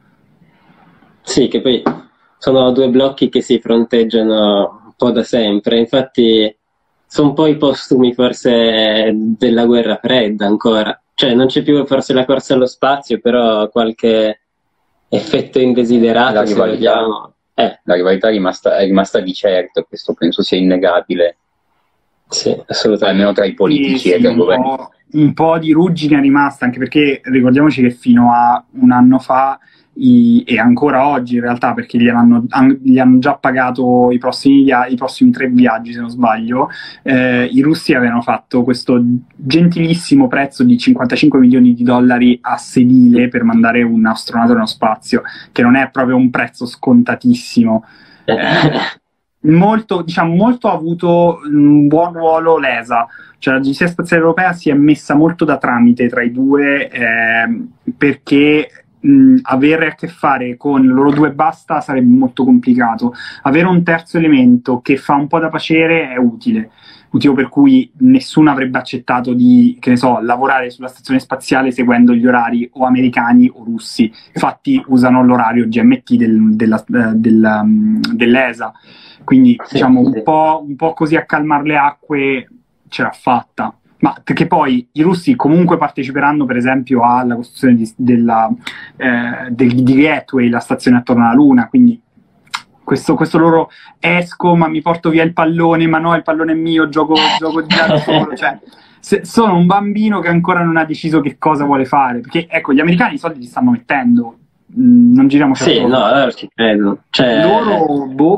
Sì, che poi sono due blocchi che si fronteggiano un po' da sempre, infatti sono un po' i postumi forse della guerra fredda ancora, cioè non c'è più forse la corsa allo spazio, però qualche effetto indesiderato, la rivalità, eh. la rivalità è rimasta, è rimasta di certo, questo penso sia innegabile. Sì, assolutamente. Almeno tra i politici sì, e sì, il governo. Un po' di ruggine è rimasta, anche perché ricordiamoci che fino a un anno fa i, e ancora oggi in realtà, perché gli hanno, han, gli hanno già pagato i prossimi, i prossimi tre viaggi se non sbaglio, eh, i russi avevano fatto questo gentilissimo prezzo di cinquantacinque milioni di dollari a sedile per mandare un astronauta nello spazio, che non è proprio un prezzo scontatissimo. Eh, molto, diciamo, molto ha avuto un buon ruolo l'E S A, cioè l'Agenzia Spaziale Europea si è messa molto da tramite tra i due, eh, perché mh, avere a che fare con loro due basta sarebbe molto complicato. Avere un terzo elemento che fa un po' da paciere è utile, motivo per cui nessuno avrebbe accettato di, che ne so, lavorare sulla stazione spaziale seguendo gli orari o americani o russi. Infatti usano l'orario G M T del, della, della, dell'E S A. Quindi diciamo un po', un po' così a calmare le acque ce l'ha fatta. Ma perché poi i russi comunque parteciperanno per esempio alla costruzione di, della, eh, del, di Gateway, la stazione attorno alla Luna, quindi questo, questo loro esco ma mi porto via il pallone, ma no il pallone è mio, gioco, gioco già da solo, cioè se, sono un bambino che ancora non ha deciso che cosa vuole fare, perché ecco gli americani i soldi li stanno mettendo, mm, non giriamoci sì, no, allora ci credo, cioè... loro boh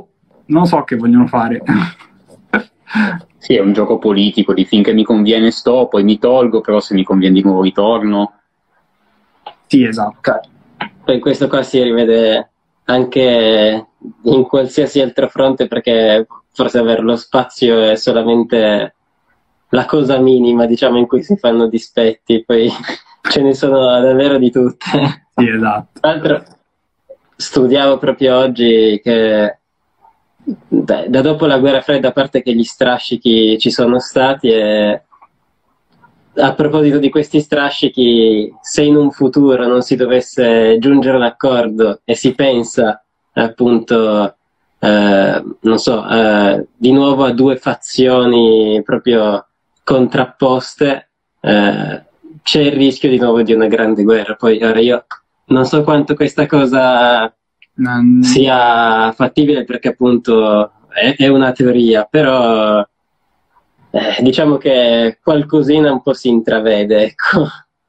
non so che vogliono fare. Sì, è un gioco politico, di finché mi conviene sto, poi mi tolgo, però se mi conviene di nuovo ritorno. Sì, esatto. Poi questo qua si rivede anche in qualsiasi altro fronte, perché forse avere lo spazio è solamente la cosa minima, diciamo, in cui si fanno dispetti, poi ce ne sono davvero di tutte. Sì, esatto. Tra l'altro studiavo proprio oggi che da, da dopo la guerra fredda, a parte che gli strascichi ci sono stati, e a proposito di questi strascichi, se in un futuro non si dovesse giungere d'accordo e si pensa appunto, eh, non so, eh, di nuovo a due fazioni proprio contrapposte, eh, c'è il rischio di nuovo di una grande guerra. Poi ora io non so quanto questa cosa Non... sia fattibile, perché appunto è, è una teoria, però eh, diciamo che qualcosina un po' si intravede, ecco.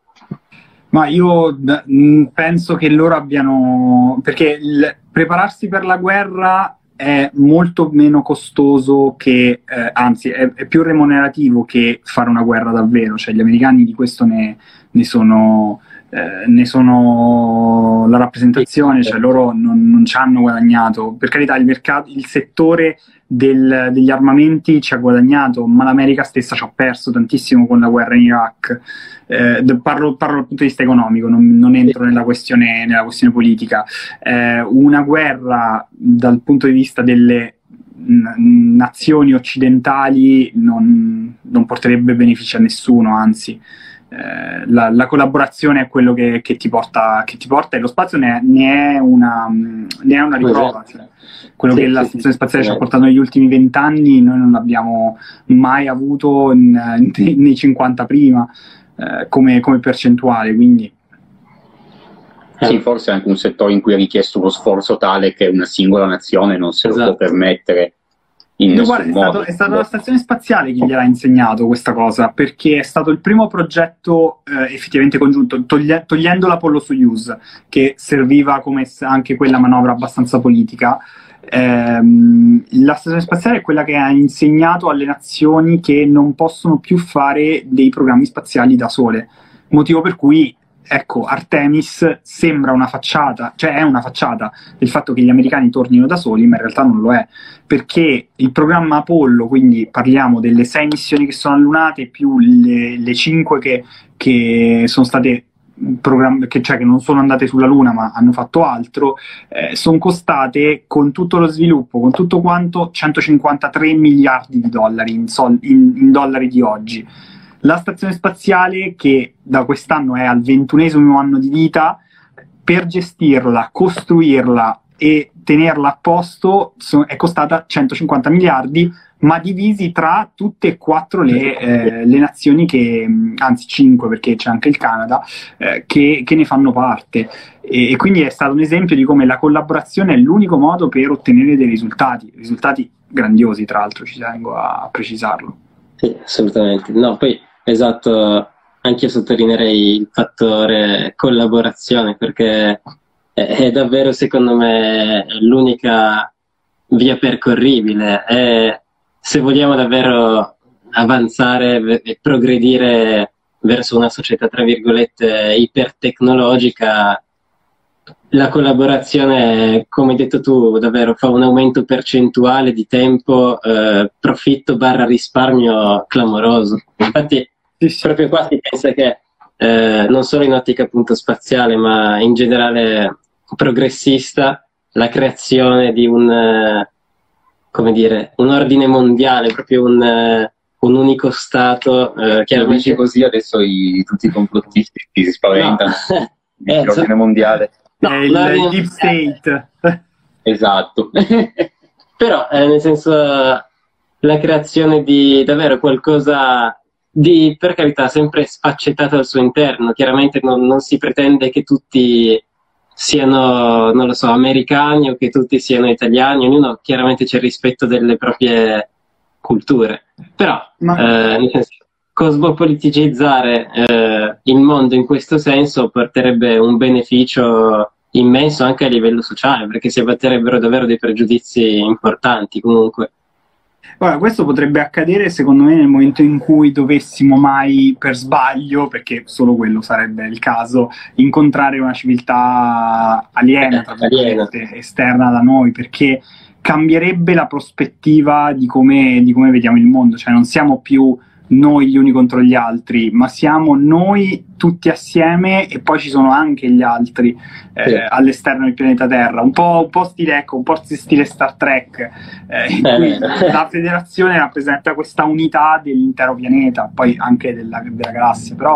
Ma io mh, penso che loro abbiano... perché il prepararsi per la guerra è molto meno costoso che, eh, anzi è, è più remunerativo che fare una guerra davvero, cioè gli americani di questo ne, ne sono... Eh, ne sono la rappresentazione, cioè loro non, non ci hanno guadagnato. Per carità, il mercato, il settore del, degli armamenti ci ha guadagnato, ma l'America stessa ci ha perso tantissimo con la guerra in Iraq. Eh, parlo, parlo dal punto di vista economico, non, non entro nella questione, nella questione politica. Eh, una guerra dal punto di vista delle nazioni occidentali non, non porterebbe benefici a nessuno, anzi. Eh, la, la collaborazione è quello che, che, ti porta, che ti porta, e lo spazio ne è, ne è, una, ne è una riprova. Cioè, quello sì, che la stazione spaziale sì, ci ha portato negli ultimi vent'anni noi non l'abbiamo mai avuto in, in, nei cinquanta prima, eh, come, come percentuale, quindi sì, forse è anche un settore in cui è richiesto uno sforzo tale che una singola nazione non se lo esatto. può permettere. No, guarda, è, stato, è stata la stazione spaziale che gliel'ha insegnato questa cosa, perché è stato il primo progetto eh, effettivamente congiunto, toglie, togliendo l'Apollo Soyuz, che serviva come anche quella manovra abbastanza politica. Ehm, la stazione spaziale è quella che ha insegnato alle nazioni che non possono più fare dei programmi spaziali da sole, motivo per cui ecco, Artemis sembra una facciata, cioè è una facciata del fatto che gli americani tornino da soli, ma in realtà non lo è, perché il programma Apollo, quindi parliamo delle sei missioni che sono allunate più le, le cinque che, che sono state programm- che, cioè che non sono andate sulla Luna ma hanno fatto altro, eh, sono costate con tutto lo sviluppo, con tutto quanto, centocinquantatré miliardi di dollari in, sol- in, in dollari di oggi. La stazione spaziale, che da quest'anno è al ventunesimo anno di vita, per gestirla, costruirla e tenerla a posto so, è costata centocinquanta miliardi, ma divisi tra tutte e quattro le, eh, le nazioni che, anzi cinque perché c'è anche il Canada, eh, che, che ne fanno parte. E, e quindi è stato un esempio di come la collaborazione è l'unico modo per ottenere dei risultati, risultati grandiosi, tra l'altro ci tengo a precisarlo. Sì, assolutamente. No, poi esatto, anche io sottolineerei il fattore collaborazione, perché è, è davvero, secondo me, l'unica via percorribile. E se vogliamo davvero avanzare e progredire verso una società, tra virgolette, ipertecnologica, la collaborazione, come hai detto tu, davvero fa un aumento percentuale di tempo, eh, profitto barra risparmio clamoroso. Infatti, sì, sì. proprio qua si pensa che eh, non solo in ottica appunto spaziale, ma in generale progressista, la creazione di un, eh, come dire, un ordine mondiale, proprio un, eh, un unico stato. Eh, chiaramente dici così adesso i, tutti i complottisti si spaventano. No. eh, l'ordine so... mondiale. No, è il, il deep state. Esatto. Però, eh, nel senso, la creazione di davvero qualcosa di, per carità, sempre sfaccettato al suo interno. Chiaramente non, non si pretende che tutti siano, non lo so, americani o che tutti siano italiani, ognuno chiaramente c'è il rispetto delle proprie culture. Però, Ma... eh, nel senso, cosmopoliticizzare eh, il mondo in questo senso porterebbe un beneficio immenso anche a livello sociale, perché si abbatterebbero davvero dei pregiudizi importanti comunque. Ora, questo potrebbe accadere secondo me nel momento in cui dovessimo mai per sbaglio, perché solo quello sarebbe il caso, incontrare una civiltà aliena, tra virgolette, esterna da noi, perché cambierebbe la prospettiva di come, di come vediamo il mondo, cioè non siamo più noi gli uni contro gli altri, ma siamo noi tutti assieme e poi ci sono anche gli altri eh, sì. all'esterno del pianeta Terra, un po', un po' stile, ecco, un po' stile Star Trek, eh, in cui la federazione rappresenta questa unità dell'intero pianeta, poi anche della, della galassia, però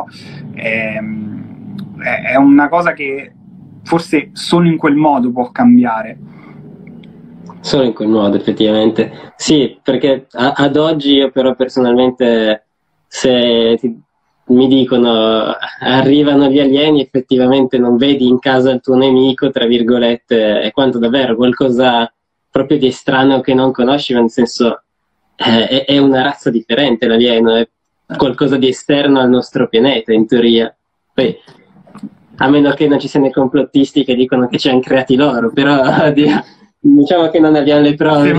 ehm, è una cosa che forse solo in quel modo può cambiare. Solo in quel modo, effettivamente. Sì, perché a, ad oggi io però personalmente, se ti, mi dicono arrivano gli alieni, effettivamente non vedi in casa il tuo nemico, tra virgolette, è quanto davvero qualcosa proprio di estraneo che non conosci, nel senso eh, è, è una razza differente l'alieno, è qualcosa di esterno al nostro pianeta, in teoria. Poi, a meno che non ci siano i complottisti che dicono che ci hanno creati loro, però oddio, diciamo che non abbiamo le prove.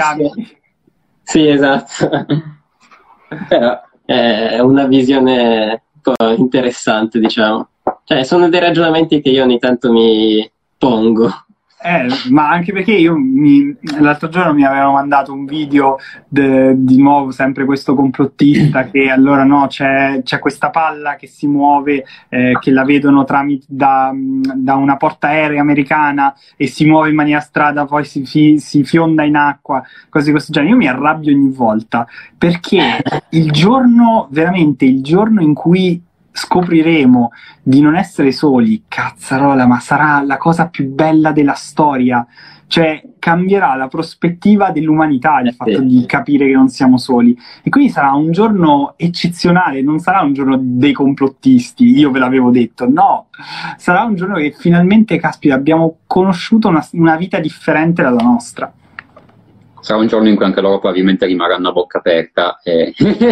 Sì, esatto. Però è una visione un po' interessante, diciamo. Cioè, sono dei ragionamenti che io ogni tanto mi pongo. Eh, ma anche perché io mi, l'altro giorno mi avevano mandato un video de, di nuovo, sempre questo complottista che allora no, c'è, c'è questa palla che si muove, eh, che la vedono tramite da, da una porta aerea americana e si muove in maniera strada, poi si, fi, si fionda in acqua, cose di questo genere. Io mi arrabbio ogni volta perché il giorno, veramente il giorno in cui scopriremo di non essere soli, cazzarola, ma sarà la cosa più bella della storia, cioè cambierà la prospettiva dell'umanità il fatto di capire che non siamo soli, e quindi sarà un giorno eccezionale, non sarà un giorno dei complottisti, io ve l'avevo detto, no, sarà un giorno che finalmente, caspita, abbiamo conosciuto una, una vita differente dalla nostra. Sarà un giorno in cui anche loro probabilmente rimarranno a bocca aperta e...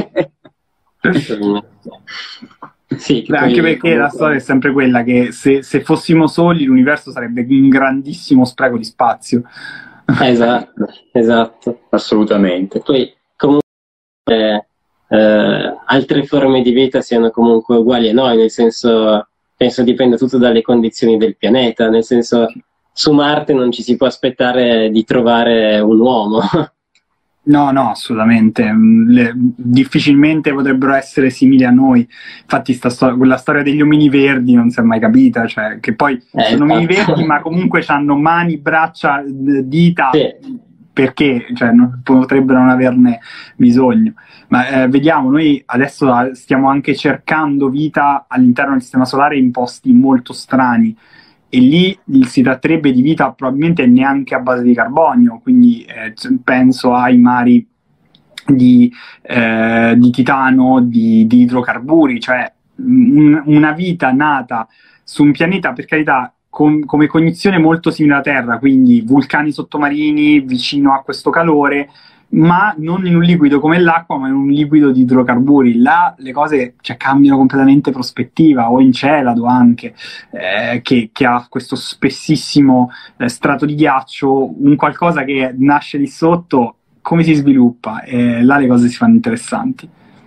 Sì, beh, anche perché comunque... la storia è sempre quella che se, se fossimo soli l'universo sarebbe un grandissimo spreco di spazio. Esatto, esatto. Assolutamente. Poi comunque eh, altre forme di vita siano comunque uguali a noi, nel senso, penso dipenda tutto dalle condizioni del pianeta, nel senso su Marte non ci si può aspettare di trovare un uomo. No, no, assolutamente. Le, difficilmente potrebbero essere simili a noi. Infatti sta sto- quella storia degli omini verdi non si è mai capita, cioè che poi eh, sono omini verdi ma comunque hanno mani, braccia, dita, sì. Perché? Cioè, non, potrebbero non averne bisogno. Ma eh, vediamo, noi adesso stiamo anche cercando vita all'interno del sistema solare in posti molto strani. E lì si tratterebbe di vita probabilmente neanche a base di carbonio, quindi eh, penso ai mari di, eh, di titano, di, di idrocarburi, cioè un, una vita nata su un pianeta, per carità, com, come cognizione molto simile alla Terra, quindi vulcani sottomarini vicino a questo calore, ma non in un liquido come l'acqua, ma in un liquido di idrocarburi. Là le cose, cioè, cambiano completamente prospettiva, o Encelado anche, eh, che, che ha questo spessissimo eh, strato di ghiaccio, un qualcosa che nasce lì sotto, come si sviluppa? E là le cose si fanno interessanti.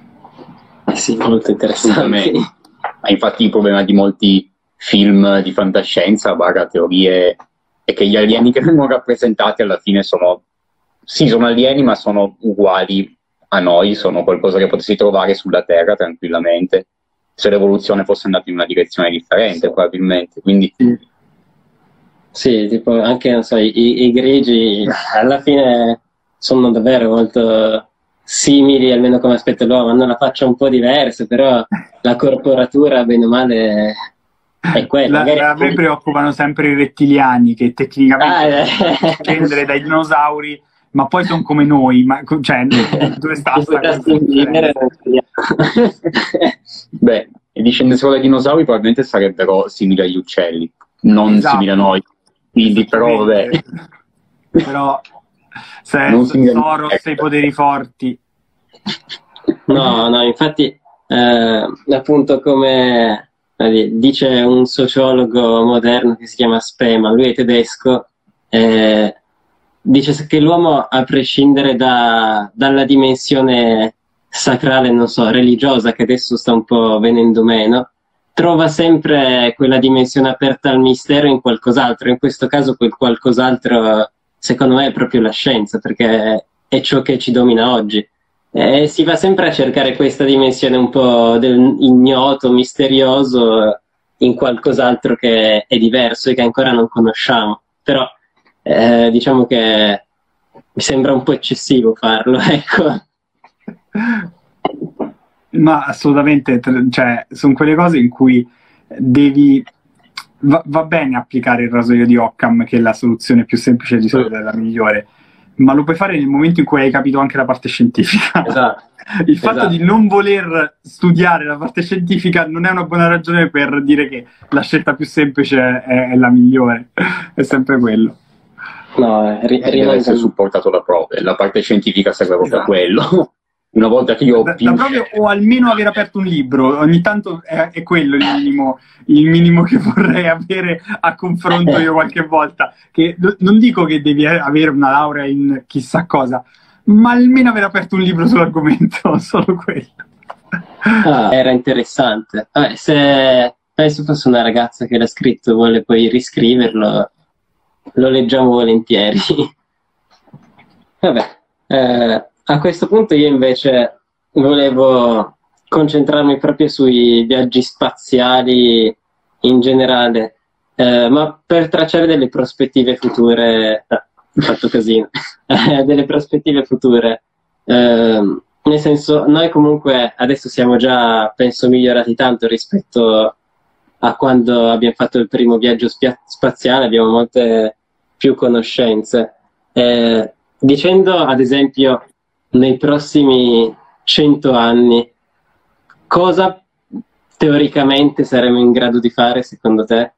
Sì, molto interessanti. Ma infatti il problema di molti film di fantascienza, barra teorie, è che gli alieni che vengono rappresentati alla fine sono Sì, sono alieni, ma sono uguali a noi, sono qualcosa che potessi trovare sulla Terra tranquillamente, se l'evoluzione fosse andata in una direzione differente, probabilmente. Quindi... Sì, tipo anche, non so, i, i grigi alla fine sono davvero molto simili, almeno come aspetto l'uomo, hanno la faccia un po' diversa, però la corporatura, bene o male... È quella, la, a me preoccupano sempre i rettiliani, che tecnicamente ah, eh. prendere dai dinosauri, ma poi sono come noi, ma, cioè, dove sta sta Beh, i discendenti dei dinosauri probabilmente sarebbero simili agli uccelli, non esatto. simili a noi, quindi però vabbè. Però se Soros sei poteri forti. No, no, infatti eh, appunto come dice un sociologo moderno che si chiama Spemann, lui è tedesco, eh, dice che l'uomo, a prescindere da, dalla dimensione sacrale, non so, religiosa, che adesso sta un po' venendo meno, trova sempre quella dimensione aperta al mistero in qualcos'altro. In questo caso quel qualcos'altro, secondo me, è proprio la scienza, perché è ciò che ci domina oggi. E si va sempre a cercare questa dimensione un po' del ignoto, misterioso, in qualcos'altro che è diverso e che ancora non conosciamo. Però eh, diciamo che mi sembra un po' eccessivo farlo, ecco. Ma assolutamente, cioè, sono quelle cose in cui devi... Va, va bene applicare il rasoio di Occam, che è la soluzione più semplice, di solito è la migliore, ma lo puoi fare nel momento in cui hai capito anche la parte scientifica. Esatto. Il fatto esatto. di non voler studiare la parte scientifica non è una buona ragione per dire che la scelta più semplice è, è la migliore. È sempre quello. No, ri- deve essere supportato da prove. La parte scientifica serve proprio a Esatto. quello. Una volta che io ho Da, più... da proprio, o almeno aver aperto un libro, ogni tanto è, è quello il minimo, il minimo che vorrei avere a confronto io qualche volta. Che, non dico che devi avere una laurea in chissà cosa, ma almeno aver aperto un libro sull'argomento, solo quello. Ah, era interessante. Vabbè, se adesso fosse una ragazza che l'ha scritto e vuole poi riscriverlo, lo leggiamo volentieri. Vabbè, eh, a questo punto io invece volevo concentrarmi proprio sui viaggi spaziali in generale, eh, ma per tracciare delle prospettive future, ah, ho fatto casino, delle prospettive future. Eh, nel senso, noi comunque adesso siamo già, penso, migliorati tanto rispetto a quando abbiamo fatto il primo viaggio spia- spaziale, abbiamo molte più conoscenze. Eh, dicendo, ad esempio, nei prossimi cento anni, cosa teoricamente saremo in grado di fare, secondo te?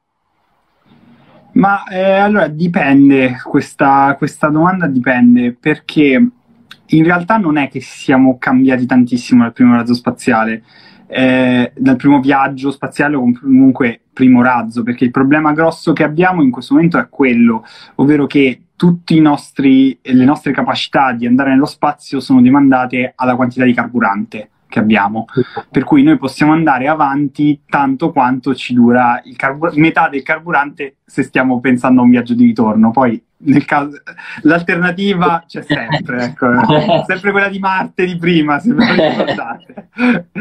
Ma eh, allora dipende, questa, questa domanda dipende, perché in realtà non è che siamo cambiati tantissimo dal primo razzo spaziale, eh, dal primo viaggio spaziale o comunque primo razzo, perché il problema grosso che abbiamo in questo momento è quello, ovvero che tutte le nostre capacità di andare nello spazio sono demandate alla quantità di carburante che abbiamo, per cui noi possiamo andare avanti tanto quanto ci dura il carbur- metà del carburante se stiamo pensando a un viaggio di ritorno. Poi nel caso l'alternativa c'è sempre, ecco, sempre quella di Marte di prima, se ve lo ricordate.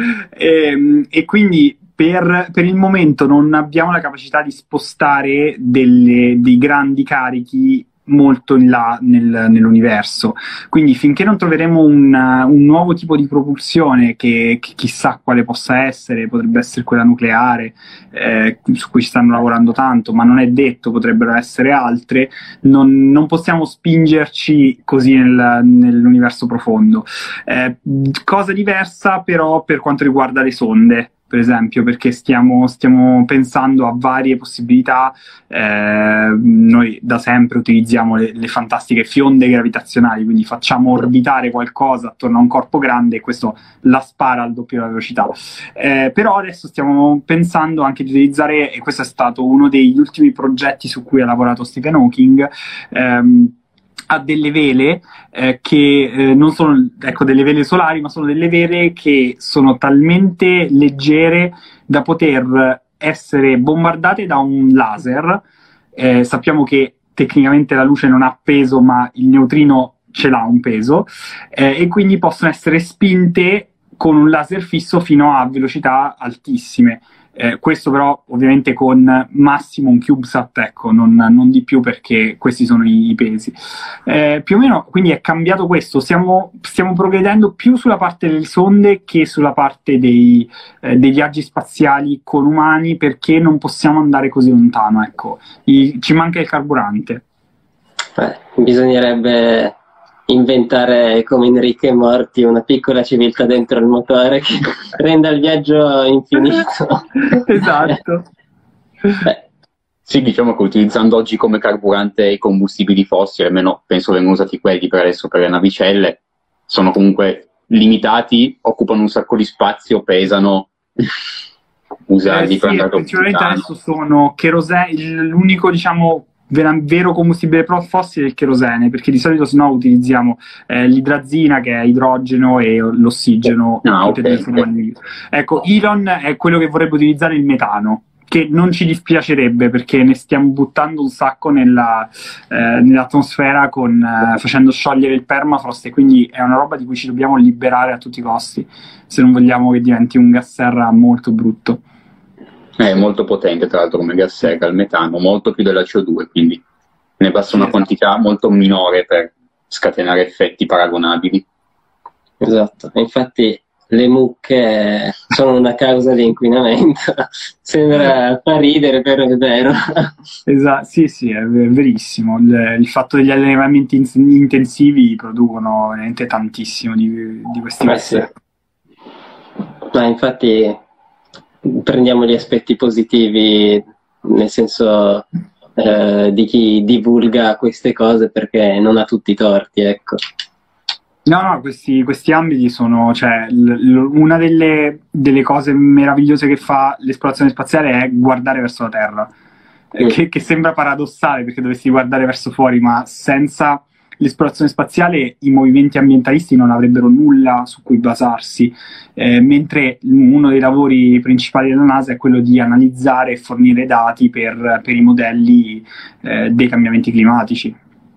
e, e quindi per, per il momento non abbiamo la capacità di spostare delle, dei grandi carichi molto in là nel, nell'universo, quindi finché non troveremo un, un nuovo tipo di propulsione che, che chissà quale possa essere, potrebbe essere quella nucleare, eh, su cui ci stanno lavorando tanto, ma non è detto, potrebbero essere altre, non, non possiamo spingerci così nel, nell'universo profondo. Eh, cosa diversa però per quanto riguarda le sonde, per esempio, perché stiamo, stiamo pensando a varie possibilità. Eh, noi da sempre utilizziamo le, le fantastiche fionde gravitazionali, quindi facciamo orbitare qualcosa attorno a un corpo grande e questo la spara al doppio della velocità. Eh, però adesso stiamo pensando anche di utilizzare, e questo è stato uno degli ultimi progetti su cui ha lavorato Stephen Hawking, ehm, ha delle vele eh, che eh, non sono, ecco, delle vele solari, ma sono delle vele che sono talmente leggere da poter essere bombardate da un laser. Eh, sappiamo che tecnicamente la luce non ha peso, ma il neutrino ce l'ha un peso, eh, e quindi possono essere spinte con un laser fisso fino a velocità altissime. Eh, questo però ovviamente con massimo un CubeSat, ecco, non, non di più, perché questi sono i, i pesi. Eh, più o meno quindi è cambiato questo, stiamo, stiamo progredendo più sulla parte delle sonde che sulla parte dei, eh, dei viaggi spaziali con umani, perché non possiamo andare così lontano, ecco. I, ci manca il carburante. Eh, bisognerebbe inventare, come in Rick e Morty, una piccola civiltà dentro il motore che renda il viaggio infinito. Esatto. Beh. Sì, diciamo che utilizzando oggi come carburante i combustibili fossili, almeno penso vengono usati quelli per adesso per le navicelle, sono comunque limitati, occupano un sacco di spazio, pesano. usarli eh, per sì, andare principalmente lontano. adesso sono cherosene, l'unico diciamo vera- vero combustibile pro fossile è il cherosene, perché di solito sennò utilizziamo eh, l'idrazina che è idrogeno e l'ossigeno, Ah, tutte e ok, due sono ok. quelli. Ecco, Elon è quello che vorrebbe utilizzare il metano, che non ci dispiacerebbe perché ne stiamo buttando un sacco nella, eh, nell'atmosfera con, eh, facendo sciogliere il permafrost, e quindi è una roba di cui ci dobbiamo liberare a tutti i costi, se non vogliamo che diventi un gas serra molto brutto. È molto potente, tra l'altro, come gas serra il metano, molto più della C O due, quindi ne basta Sì, una esatto. quantità molto minore per scatenare effetti paragonabili. Esatto, infatti le mucche sono una causa di inquinamento. Sembra fa ridere, però è vero. Esatto, sì, sì, è ver- verissimo. Il, il fatto degli allevamenti in- intensivi producono veramente tantissimo di, di questi Ma gas sì. serra. Ma infatti prendiamo gli aspetti positivi, nel senso eh, di chi divulga queste cose, perché non ha tutti i torti, ecco. No, no, questi, questi ambiti sono, cioè, l- l- una delle, delle cose meravigliose che fa l'esplorazione spaziale è guardare verso la Terra, eh, Mm. che, che sembra paradossale perché dovresti guardare verso fuori, ma senza l'esplorazione spaziale i movimenti ambientalisti non avrebbero nulla su cui basarsi, eh, mentre uno dei lavori principali della NASA è quello di analizzare e fornire dati per, per i modelli eh, dei cambiamenti climatici.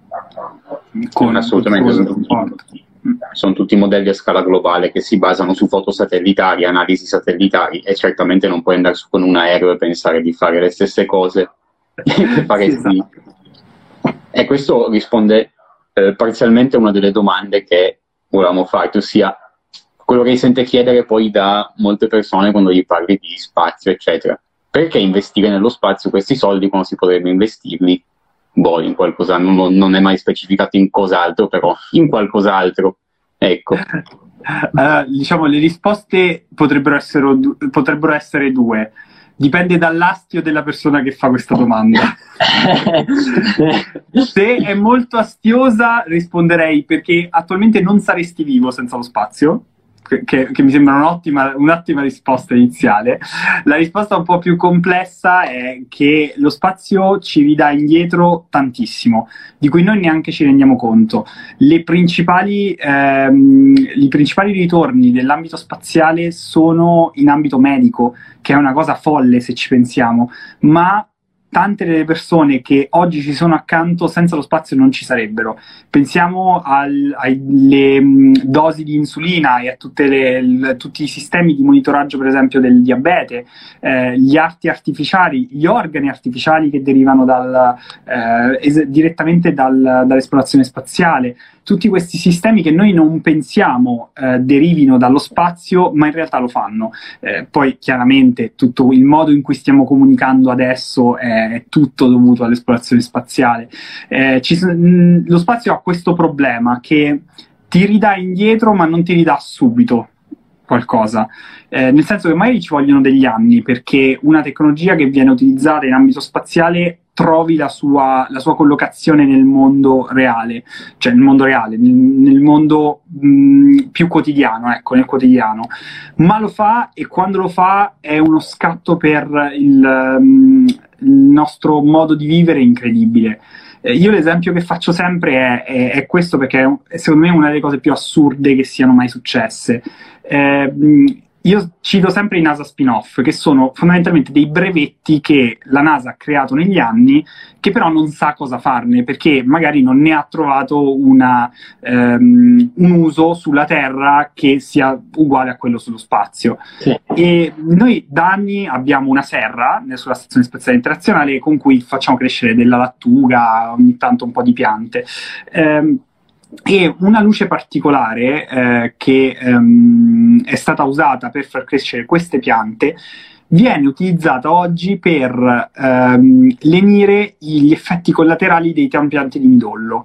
Con, Assolutamente, con sono il tutti, supporto. sono tutti modelli a scala globale che si basano su foto satellitari, analisi satellitari, e certamente non puoi andare su con un aereo e pensare di fare le stesse cose che faresti. Sì, esatto. E questo risponde eh, parzialmente a una delle domande che volevamo farti, ossia quello che si sente chiedere poi da molte persone quando gli parli di spazio, eccetera. Perché investire nello spazio questi soldi quando si potrebbe investirli boh, in qualcosa, non, non è mai specificato in cos'altro, però in qualcos'altro, ecco. Allora, diciamo, le risposte potrebbero essere, du- potrebbero essere due. Dipende dall'astio della persona che fa questa domanda. Se è molto astiosa, risponderei perché attualmente non saresti vivo senza lo spazio, che, che mi sembra un'ottima, un'ottima risposta iniziale. La risposta un po' più complessa è che lo spazio ci ridà indietro tantissimo, di cui noi neanche ci rendiamo conto. Le principali, ehm, I principali ritorni dell'ambito spaziale sono in ambito medico, che è una cosa folle se ci pensiamo, ma tante delle persone che oggi ci sono accanto senza lo spazio non ci sarebbero. Pensiamo al, alle mh, dosi di insulina e a tutte le, l, tutti i sistemi di monitoraggio, per esempio, del diabete, eh, gli arti artificiali, gli organi artificiali che derivano dal, eh, es- direttamente dal, dall'esplorazione spaziale. Tutti questi sistemi che noi non pensiamo eh, derivino dallo spazio, ma in realtà lo fanno. Eh, poi chiaramente tutto il modo in cui stiamo comunicando adesso è, è tutto dovuto all'esplorazione spaziale. Eh, ci, mh, lo spazio ha questo problema che ti ridà indietro ma non ti ridà subito qualcosa, eh, nel senso che magari ci vogliono degli anni perché una tecnologia che viene utilizzata in ambito spaziale trovi la sua, la sua collocazione nel mondo reale, cioè nel mondo reale, nel, nel mondo mh, più quotidiano, ecco, nel quotidiano, ma lo fa, e quando lo fa è uno scatto per il, um, il nostro modo di vivere incredibile. Eh, io l'esempio che faccio sempre è, è, è questo, perché è secondo me una delle cose più assurde che siano mai successe. Eh, io cito sempre i NASA spin-off, che sono fondamentalmente dei brevetti che la NASA ha creato negli anni, che però non sa cosa farne, perché magari non ne ha trovato una, um, un uso sulla Terra che sia uguale a quello sullo spazio. Sì. E noi da anni abbiamo una serra sulla Stazione Spaziale Internazionale con cui facciamo crescere della lattuga, ogni tanto un po' di piante. Um, E una luce particolare eh, che ehm, è stata usata per far crescere queste piante viene utilizzata oggi per ehm, lenire gli effetti collaterali dei trapianti di midollo.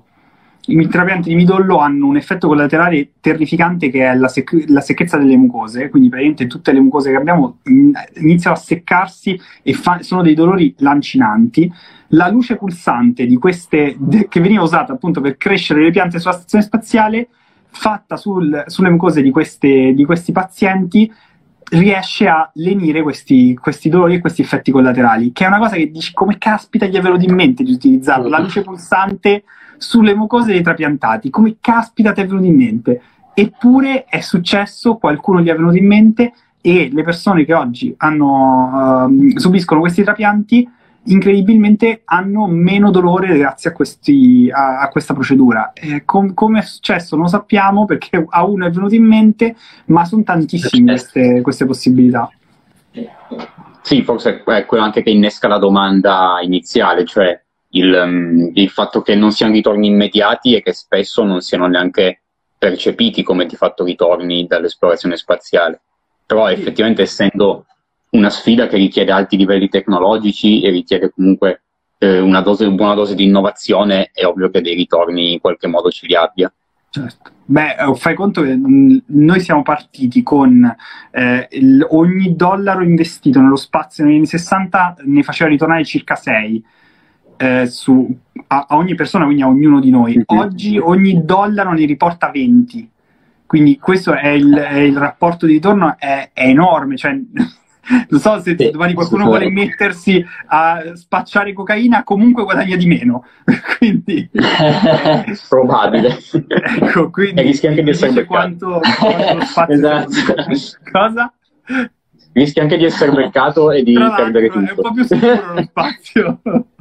I trapianti di midollo hanno un effetto collaterale terrificante, che è la, sec- la secchezza delle mucose, quindi praticamente tutte le mucose che abbiamo in- iniziano a seccarsi e fa- sono dei dolori lancinanti. La luce pulsante di queste, de- che veniva usata appunto per crescere le piante sulla stazione spaziale, fatta sul, sulle mucose di, queste, di questi pazienti, riesce a lenire questi, questi dolori e questi effetti collaterali, che è una cosa che dici come caspita gli è venuto in mente di utilizzarlo, la luce pulsante sulle mucose dei trapiantati, come caspita ti è venuto in mente? Eppure è successo, qualcuno gli è venuto in mente, e le persone che oggi hanno, uh, subiscono questi trapianti incredibilmente hanno meno dolore grazie a, questi, a, a questa procedura. Eh, com, come è successo non lo sappiamo, perché a uno è venuto in mente, ma sono tantissime queste, queste possibilità. Sì, forse è quello anche che innesca la domanda iniziale, cioè il, um, il fatto che non siano ritorni immediati e che spesso non siano neanche percepiti come di fatto ritorni dall'esplorazione spaziale. Però effettivamente, essendo una sfida che richiede alti livelli tecnologici e richiede comunque eh, una, dose, una buona dose di innovazione, è ovvio che dei ritorni in qualche modo ce li abbia. Certo. Beh, fai conto che mh, noi siamo partiti con eh, il, ogni dollaro investito nello spazio negli anni sessanta ne faceva ritornare circa sei eh, su, a, a ogni persona, quindi a ognuno di noi. Mm-hmm. Oggi ogni dollaro ne riporta venti, quindi questo è il, è il rapporto di ritorno, è, è enorme, cioè non so se sì, domani qualcuno sì, vuole mettersi a spacciare cocaina, comunque guadagna di meno. Quindi probabile. Ecco, quindi e rischia anche di essere beccato. Quanto, quanto spazio esatto. Cosa? Rischi anche di essere beccato e di perdere tutto. È un po' più sicuro lo spazio.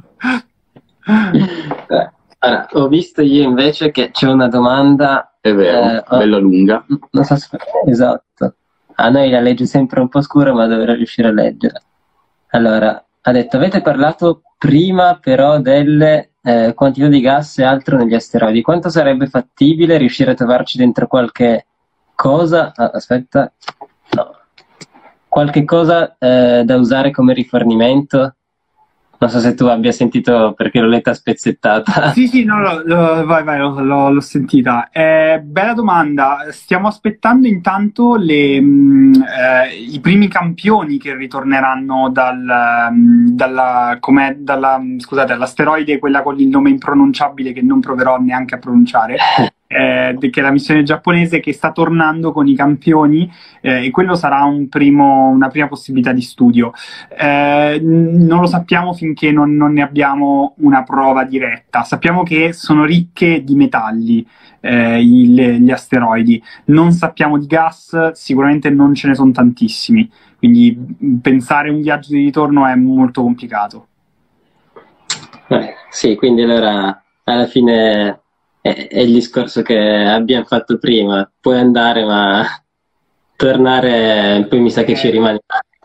Allora, ho visto io invece che c'è una domanda. È vero, eh, bella lunga. Non so se... Esatto. A noi la legge è sempre un po' scura, ma dovrei riuscire a leggere. Allora, ha detto, avete parlato prima però delle eh, quantità di gas e altro negli asteroidi. Quanto sarebbe fattibile riuscire a trovarci dentro qualche cosa? Ah, aspetta, no. Qualche cosa eh, da usare come rifornimento? Non so se tu abbia sentito, perché l'ho letta spezzettata. Sì, sì, no, lo, lo, vai, vai, lo, lo, l'ho sentita. Eh, bella domanda. Stiamo aspettando intanto le, mh, eh, i primi campioni che ritorneranno dal, mh, dalla, com'è, dalla, scusate, dall'asteroide, quella con il nome impronunciabile che non proverò neanche a pronunciare. Eh, che è la missione giapponese che sta tornando con i campioni eh, e quello sarà un primo, una prima possibilità di studio. Eh, non lo sappiamo finché non, non ne abbiamo una prova diretta. Sappiamo che sono ricche di metalli eh, gli, gli asteroidi, non sappiamo di gas, sicuramente non ce ne sono tantissimi, quindi pensare a un viaggio di ritorno è molto complicato. Eh, sì, quindi allora alla fine è il discorso che abbiamo fatto prima, puoi andare ma tornare poi mi sa che ci rimane.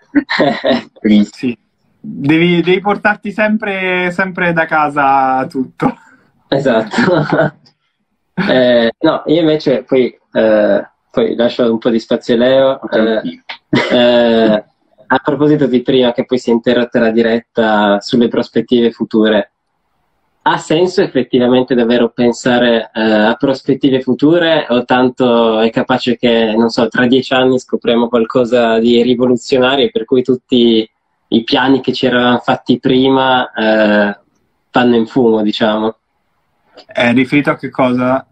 Sì. devi, devi portarti sempre, sempre da casa tutto. Esatto. eh, no, io invece poi, eh, poi lascio un po' di spazio a Leo. Eh, eh, a proposito di prima che poi si è interrotta la diretta sulle prospettive future, ha senso effettivamente davvero pensare eh, a prospettive future o tanto è capace che, non so, tra dieci anni scopriamo qualcosa di rivoluzionario per cui tutti i piani che ci eravamo fatti prima eh, vanno in fumo, diciamo? È riferito a che cosa?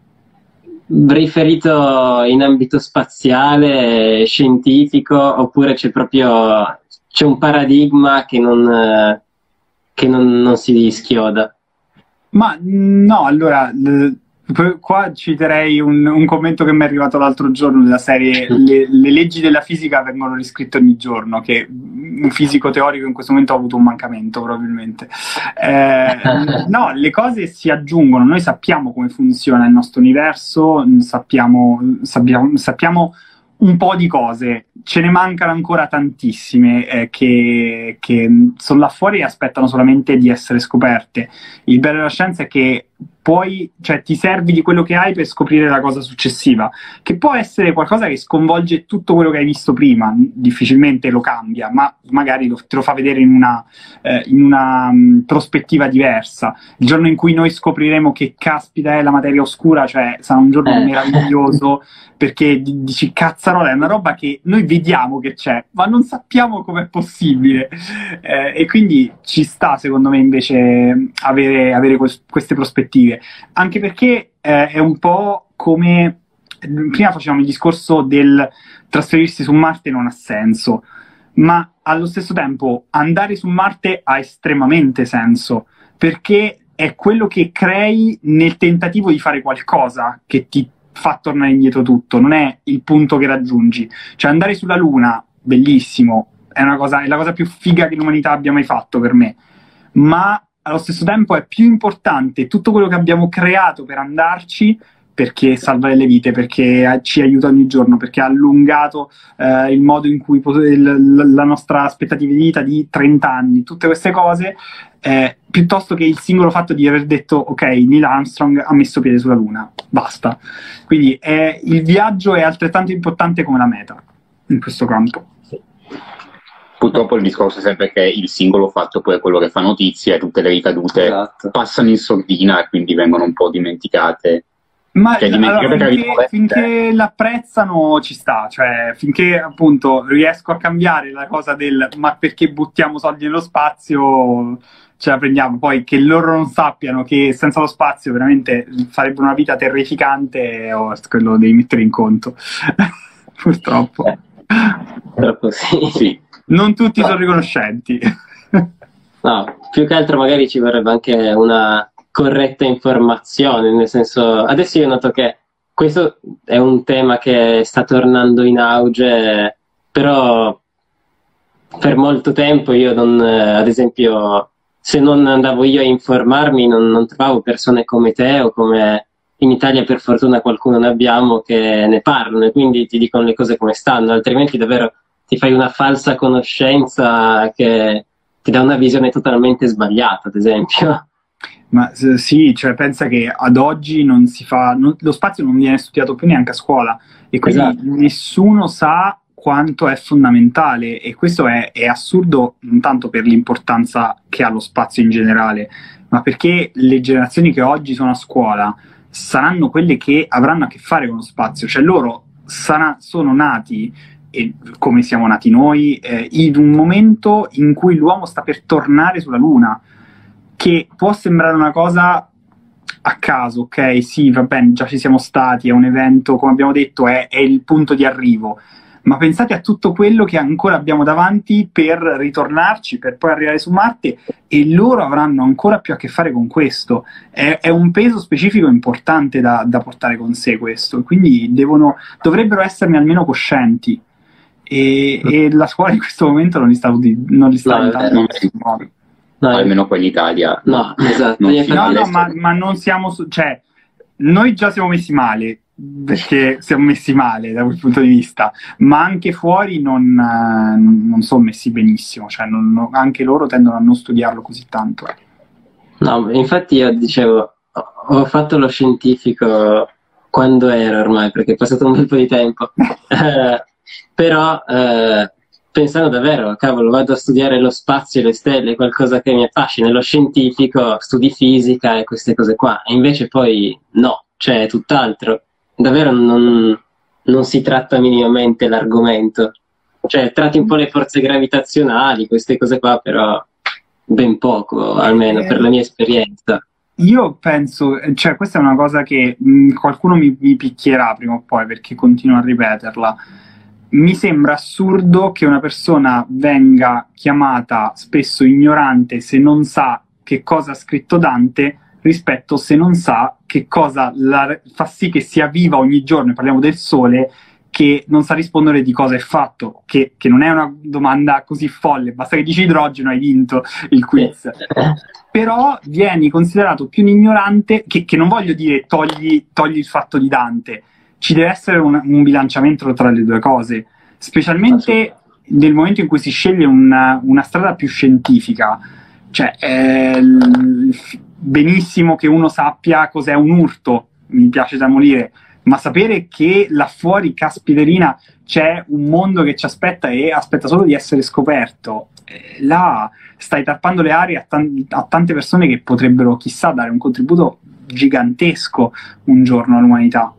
Riferito in ambito spaziale, scientifico, oppure c'è proprio c'è un paradigma che non, che non, non si schioda? Ma no, allora, qua citerei un, un commento che mi è arrivato l'altro giorno della serie le, le leggi della fisica vengono riscritte ogni giorno, che un fisico teorico in questo momento ha avuto un mancamento probabilmente. Eh, no, le cose si aggiungono, noi sappiamo come funziona il nostro universo, sappiamo, sappiamo, sappiamo un po' di cose, ce ne mancano ancora tantissime eh, che, che sono là fuori e aspettano solamente di essere scoperte. Il bello della scienza è che poi, cioè, ti servi di quello che hai per scoprire la cosa successiva, che può essere qualcosa che sconvolge tutto quello che hai visto prima, difficilmente lo cambia, ma magari lo, te lo fa vedere in una, eh, in una um, prospettiva diversa. Il giorno in cui noi scopriremo che caspita è la materia oscura, cioè sarà un giorno meraviglioso, perché dici cazzarola, è una roba che noi vediamo che c'è, ma non sappiamo com'è possibile. Eh, e quindi ci sta, secondo me, invece avere, avere queste prospettive. Anche perché eh, è un po' come prima facevamo il discorso del trasferirsi su Marte non ha senso, ma allo stesso tempo andare su Marte ha estremamente senso, perché è quello che crei nel tentativo di fare qualcosa che ti fa tornare indietro tutto, non è il punto che raggiungi. Cioè andare sulla Luna, bellissimo, è, una cosa, è la cosa più figa che l'umanità abbia mai fatto per me, ma allo stesso tempo è più importante tutto quello che abbiamo creato per andarci, perché salva delle vite, perché ci aiuta ogni giorno, perché ha allungato eh, il modo in cui il, la nostra aspettativa di vita di trenta anni, tutte queste cose, eh, piuttosto che il singolo fatto di aver detto ok, Neil Armstrong ha messo piede sulla Luna, basta. Quindi è, il viaggio è altrettanto importante come la meta in questo campo. Purtroppo il discorso è sempre che il singolo fatto poi è quello che fa notizia e tutte le ricadute esatto. passano in sordina e quindi vengono un po' dimenticate. Ma cioè, allora, finché, finché l'apprezzano ci sta, cioè finché appunto riesco a cambiare la cosa del ma perché buttiamo soldi nello spazio ce la prendiamo, poi che loro non sappiano che senza lo spazio veramente farebbe una vita terrificante, o quello lo devi mettere in conto purtroppo eh, purtroppo sì. sì. Non tutti no. sono riconoscenti. No, più che altro magari ci vorrebbe anche una corretta informazione, nel senso, adesso io noto che questo è un tema che sta tornando in auge, però per molto tempo io non, ad esempio, se non andavo io a informarmi non, non trovavo persone come te o come in Italia per fortuna qualcuno ne abbiamo che ne parlano e quindi ti dicono le cose come stanno, altrimenti davvero ti fai una falsa conoscenza che ti dà una visione totalmente sbagliata, ad esempio. Ma sì, cioè pensa che ad oggi non si fa, non, lo spazio non viene studiato più neanche a scuola e quindi esatto. nessuno sa quanto è fondamentale e questo è, è assurdo non tanto per l'importanza che ha lo spazio in generale, ma perché le generazioni che oggi sono a scuola saranno quelle che avranno a che fare con lo spazio, cioè loro sarà, sono nati, e come siamo nati noi, eh, in un momento in cui l'uomo sta per tornare sulla Luna, che può sembrare una cosa a caso, ok, sì, va bene, già ci siamo stati, è un evento, come abbiamo detto, è, è il punto di arrivo, ma pensate a tutto quello che ancora abbiamo davanti per ritornarci, per poi arrivare su Marte, e loro avranno ancora più a che fare con questo. È, è un peso specifico importante da, da portare con sé questo, quindi devono, dovrebbero esserne almeno coscienti, e, e la scuola in questo momento non li sta, non li sta no, aiutando in questo modo. No, almeno qua in Italia no, esatto. non no, no ma, ma non siamo su, cioè noi già siamo messi male perché siamo messi male da quel punto di vista, ma anche fuori non, non sono messi benissimo, cioè non, non, anche loro tendono a non studiarlo così tanto. No, infatti io dicevo ho fatto lo scientifico quando ero ormai perché è passato un bel po' di tempo eh, però eh, pensando davvero, cavolo, vado a studiare lo spazio e le stelle, qualcosa che mi affascina, lo scientifico, studi fisica e queste cose qua, e invece poi no, cioè è tutt'altro, davvero non, non si tratta minimamente l'argomento, cioè tratti un po' le forze gravitazionali, queste cose qua, però ben poco, almeno per la mia esperienza. Io penso, cioè questa è una cosa che mh, qualcuno mi, mi picchierà prima o poi perché continuo a ripeterla. Mi sembra assurdo che una persona venga chiamata spesso ignorante se non sa che cosa ha scritto Dante rispetto se non sa che cosa la, fa sì che sia viva ogni giorno, parliamo del Sole, che non sa rispondere di cosa è fatto, che, che non è una domanda così folle, basta che dici idrogeno hai vinto il quiz. Però vieni considerato più un ignorante, che, che non voglio dire togli, togli il fatto di Dante, ci deve essere un, un bilanciamento tra le due cose, specialmente nel momento in cui si sceglie una, una strada più scientifica. Cioè, è benissimo che uno sappia cos'è un urto, mi piace da morire, ma sapere che là fuori, caspiterina, c'è un mondo che ci aspetta e aspetta solo di essere scoperto, eh, là stai tappando le arie a, tan- a tante persone che potrebbero, chissà, dare un contributo gigantesco un giorno all'umanità.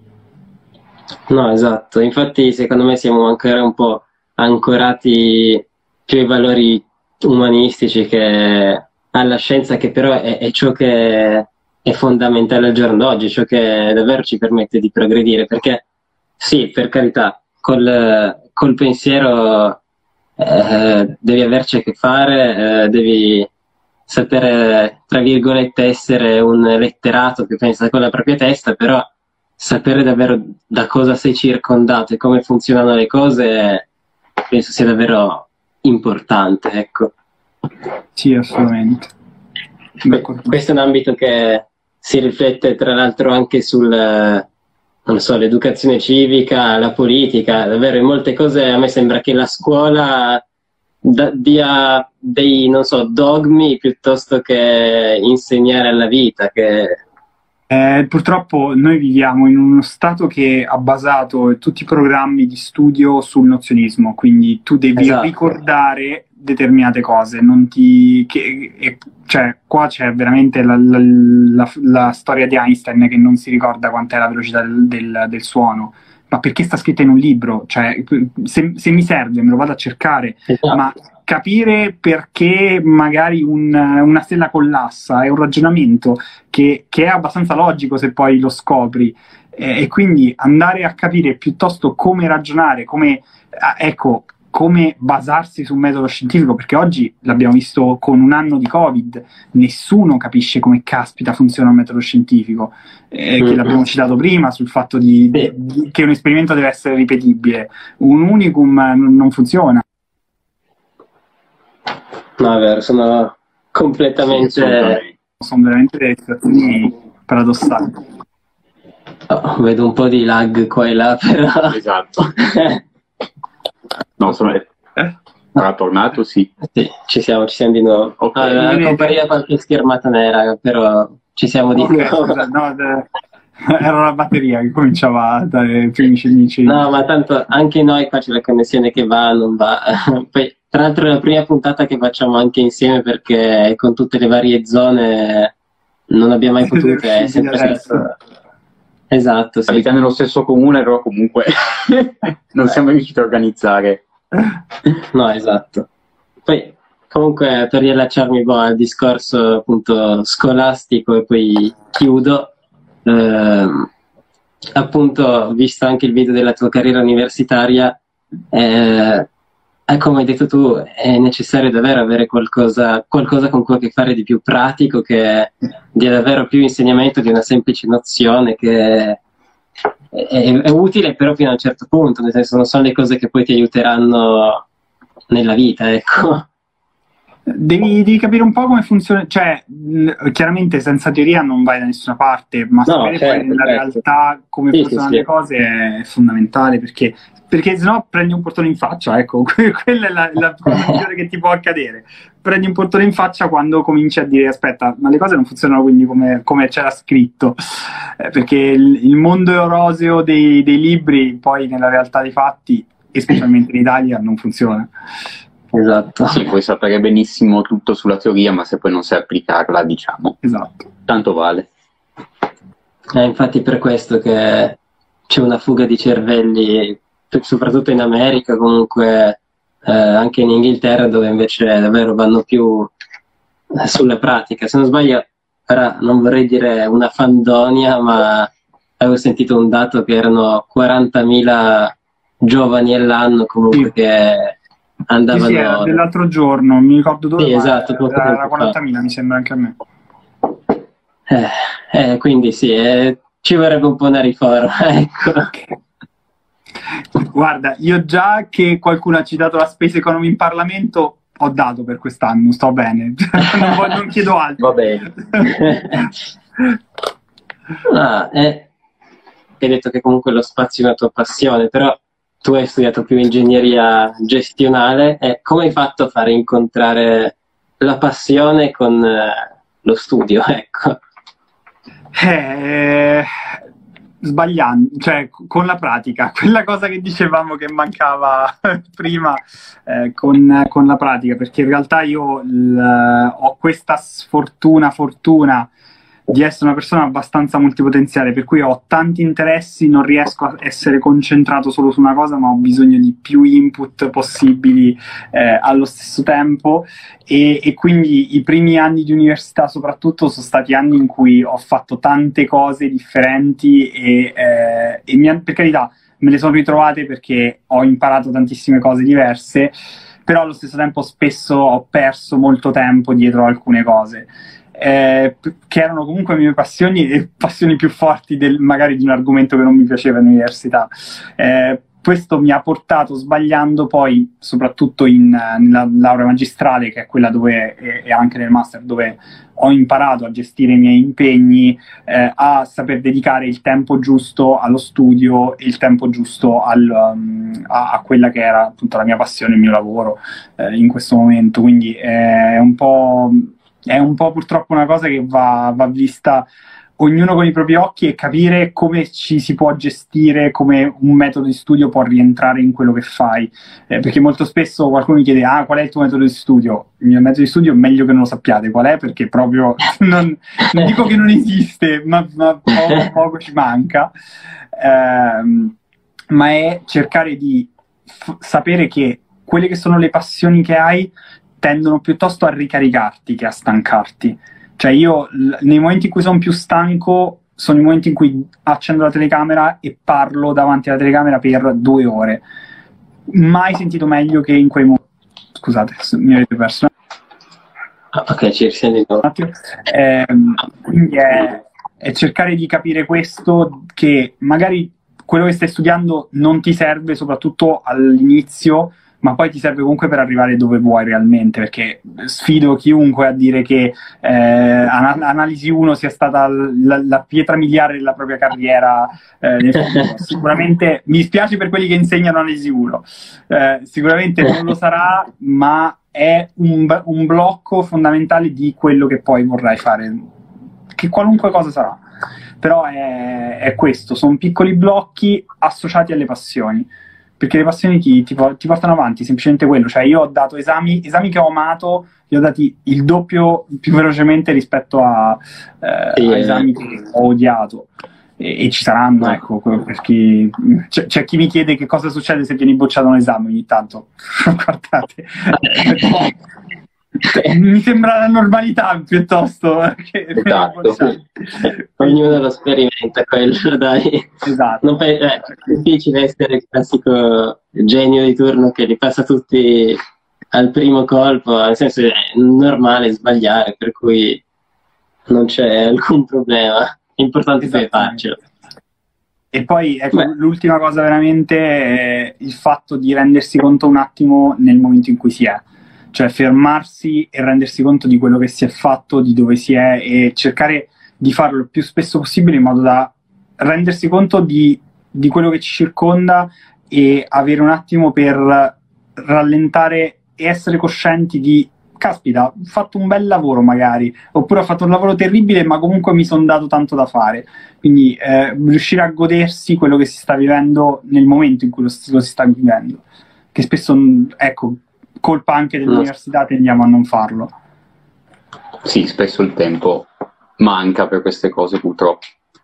No, esatto, infatti secondo me siamo ancora un po' ancorati più ai valori umanistici che alla scienza, che però è, è ciò che è fondamentale al giorno d'oggi, ciò che davvero ci permette di progredire, perché sì, per carità, col, col pensiero eh, devi averci a che fare, eh, devi sapere, tra virgolette, essere un letterato che pensa con la propria testa, però sapere davvero da cosa sei circondato e come funzionano le cose penso sia davvero importante, ecco. Sì, assolutamente. Questo è un ambito che si riflette tra l'altro anche sul, non so, l'educazione civica, la politica, davvero in molte cose a me sembra che la scuola da, dia dei, non so, dogmi piuttosto che insegnare alla vita, che... Eh, purtroppo noi viviamo in uno stato che ha basato tutti i programmi di studio sul nozionismo, quindi tu devi Esatto. ricordare determinate cose, non ti... Che, e, cioè, qua c'è veramente la, la, la, la storia di Einstein che non si ricorda quant'è la velocità del, del, del suono, ma perché sta scritta in un libro? Cioè, se, se mi serve me lo vado a cercare, Esatto. ma capire perché magari un, una stella collassa è un ragionamento che, che è abbastanza logico se poi lo scopri, eh, e quindi andare a capire piuttosto come ragionare, come, ecco, come basarsi su un metodo scientifico, perché oggi l'abbiamo visto con un anno di Covid, nessuno capisce come caspita funziona un metodo scientifico, eh, che l'abbiamo citato prima sul fatto di, di, di, che un esperimento deve essere ripetibile, un unicum non funziona. No, è vero, sono completamente... Sì, sono veramente delle situazioni paradossali. Oh, vedo un po' di lag qua e là, però... Esatto. No, sono... Eh? Ora tornato, sì. Sì, ci siamo, ci siamo di nuovo. Okay. Ah, compariva qualche schermata nera, però ci siamo di okay, nuovo. Scusa, no, de... era la batteria che cominciava a dare i primi cinici. No, ma tanto anche noi qua c'è la connessione che va, non va. Poi, tra l'altro è la prima puntata che facciamo anche insieme perché con tutte le varie zone non abbiamo mai potuto, è sempre stato... Esatto, sì. Abitando nello stesso comune, però comunque non siamo riusciti a organizzare. No, esatto. Poi, comunque, per riallacciarmi boh, al discorso appunto scolastico e poi chiudo, ehm, appunto, visto anche il video della tua carriera universitaria, eh, come hai detto tu, è necessario davvero avere qualcosa, qualcosa con cui a che fare di più pratico, che dia davvero più insegnamento di una semplice nozione che è, è, è utile però fino a un certo punto, nel senso non sono le cose che poi ti aiuteranno nella vita, ecco. Devi, devi capire un po' come funziona, cioè mh, chiaramente senza teoria non vai da nessuna parte, ma No, sapere certo, poi nella certo. realtà come Sì, funzionano sì, sì. le cose è fondamentale, perché, perché sennò prendi un portone in faccia, ecco, quella è la, la cosa migliore che ti può accadere. Prendi un portone in faccia quando cominci a dire aspetta, ma le cose non funzionano quindi come, come c'era scritto, eh, perché il, il mondo roseo dei, dei libri poi nella realtà dei fatti, e specialmente in Italia, non funziona. Esatto. Sì, puoi sapere benissimo tutto sulla teoria, ma se poi non sai applicarla, diciamo, Esatto. tanto vale. È infatti per questo che c'è una fuga di cervelli, soprattutto in America, comunque eh, anche in Inghilterra, dove invece davvero vanno più sulla pratica. Se non sbaglio, ora non vorrei dire una fandonia, ma avevo sentito un dato che erano quarantamila giovani all'anno comunque Sì. che andavano... Sì, sì, era dell'altro giorno, mi ricordo dove, Sì, ma esatto, poco era, tempo era fa. quarantamila, mi sembra anche a me. Eh, eh, quindi sì, eh, ci vorrebbe un po' una riforma, ecco. Guarda, io già che qualcuno ha citato la Space Economy in Parlamento, ho dato per quest'anno, sto bene, non, voglio, non chiedo altro. Va bene. Ah, eh, hai detto che comunque lo spazio è una tua passione, però tu hai studiato più ingegneria gestionale, e come hai fatto a fare incontrare la passione con eh, lo studio, ecco? Eh, sbagliando, cioè con la pratica, quella cosa che dicevamo che mancava prima, eh, con, con la pratica, perché in realtà io l, ho questa sfortuna, fortuna di essere una persona abbastanza multipotenziale, per cui ho tanti interessi, non riesco a essere concentrato solo su una cosa, ma ho bisogno di più input possibili eh, allo stesso tempo, e, e quindi i primi anni di università soprattutto sono stati anni in cui ho fatto tante cose differenti e, eh, e mi, per carità me le sono ritrovate perché ho imparato tantissime cose diverse, però allo stesso tempo spesso ho perso molto tempo dietro alcune cose. Eh, che erano comunque le mie passioni e passioni più forti del, magari di un argomento che non mi piaceva in università. Eh, questo mi ha portato, sbagliando, poi soprattutto in, nella laurea magistrale, che è quella dove, e, e anche nel master, dove ho imparato a gestire i miei impegni, eh, a saper dedicare il tempo giusto allo studio e il tempo giusto al, um, a, a quella che era appunto la mia passione, il mio lavoro eh, in questo momento. Quindi è un po'... È un po' purtroppo una cosa che va, va vista ognuno con i propri occhi e capire come ci si può gestire, come un metodo di studio può rientrare in quello che fai. Eh, perché molto spesso qualcuno mi chiede: ah, qual è il tuo metodo di studio? Il mio metodo di studio è meglio che non lo sappiate qual è, perché proprio non, non dico che non esiste, ma, ma poco, poco ci manca. Eh, ma è cercare di f- sapere che quelle che sono le passioni che hai tendono piuttosto a ricaricarti che a stancarti. Cioè io, l- nei momenti in cui sono più stanco, sono i momenti in cui accendo la telecamera e parlo davanti alla telecamera per due ore. Mai sentito meglio che in quei momenti. Scusate, mi avete perso. Ok, ci risentiamo. Eh, quindi è, è cercare di capire questo, che magari quello che stai studiando non ti serve, soprattutto all'inizio, ma poi ti serve comunque per arrivare dove vuoi realmente, perché sfido chiunque a dire che eh, an- Analisi uno sia stata la, la pietra miliare della propria carriera eh, nel futuro. Sicuramente mi dispiace per quelli che insegnano Analisi uno, eh, sicuramente non lo sarà, ma è un, un blocco fondamentale di quello che poi vorrai fare, che qualunque cosa sarà. Però è, è questo, sono piccoli blocchi associati alle passioni, perché le passioni ti, ti, ti portano avanti, semplicemente quello. Cioè io ho dato esami, esami che ho amato, li ho dati il doppio più velocemente rispetto a, eh, sì, a esami che ho odiato. E, e ci saranno, no. Ecco, per chi, c'è, c'è chi mi chiede che cosa succede se vieni bocciato un esame ogni tanto. Guardate, mi sembra la normalità piuttosto che esatto. Ognuno lo sperimenta quello, dai. Esatto. Non pe- è difficile essere il classico genio di turno che li passa tutti al primo colpo, nel senso è normale sbagliare, per cui non c'è alcun problema, l'importante è poi farcelo. E poi ecco, l'ultima cosa veramente è il fatto di rendersi conto un attimo nel momento in cui si è. Cioè fermarsi e rendersi conto di quello che si è fatto, di dove si è, e cercare di farlo il più spesso possibile in modo da rendersi conto di, di quello che ci circonda e avere un attimo per rallentare e essere coscienti di caspita, ho fatto un bel lavoro magari, oppure ho fatto un lavoro terribile ma comunque mi sono dato tanto da fare. Quindi eh, riuscire a godersi quello che si sta vivendo nel momento in cui lo, lo si sta vivendo, che spesso, ecco, colpa anche dell'università, tendiamo a non farlo. Sì, spesso il tempo manca per queste cose, purtroppo.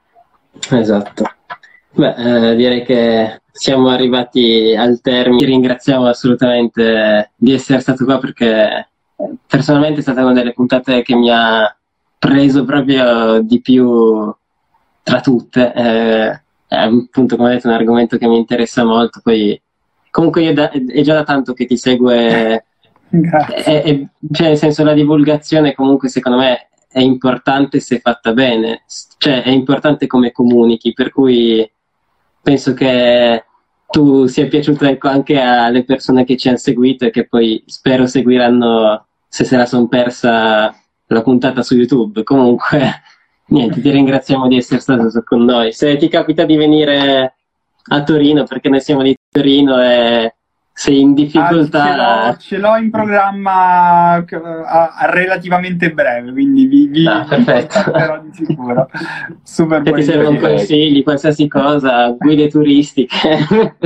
Esatto. Beh, eh, direi che siamo arrivati al termine. Ti ringraziamo assolutamente di essere stato qua, perché personalmente è stata una delle puntate che mi ha preso proprio di più tra tutte. Eh, è appunto, come detto, un argomento che mi interessa molto. Poi comunque io da, è già da tanto che ti segue, è, è, cioè nel senso, la divulgazione comunque secondo me è importante se fatta bene, cioè è importante come comunichi, per cui penso che tu sia piaciuto, ecco, anche alle persone che ci hanno seguito e che poi spero seguiranno, se se la son persa, la puntata su YouTube. Comunque niente, ti ringraziamo di essere stato con noi. Se ti capita di venire a Torino, perché noi siamo di Torino e sei in difficoltà... Ah, ce, l'ho, ce l'ho in programma a, a relativamente breve, quindi vi, vi, ah, vi contatterò di sicuro. Super. Se ti servono consigli, qualsiasi cosa, guide turistiche.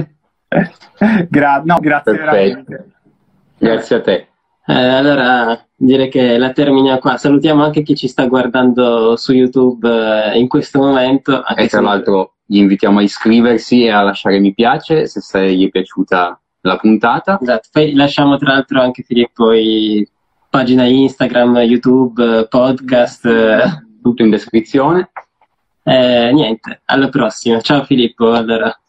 Gra- no, grazie Perfetto. veramente. Grazie a te. Eh, allora direi che la terminiamo qua. Salutiamo anche chi ci sta guardando su YouTube eh, in questo momento. E tra l'altro gli invitiamo a iscriversi e a lasciare mi piace se, se gli è piaciuta la puntata. Esatto. Poi lasciamo tra l'altro anche, Filippo, i pagina Instagram, YouTube, podcast. Eh. Tutto in descrizione. Eh, niente, alla prossima. Ciao Filippo, allora.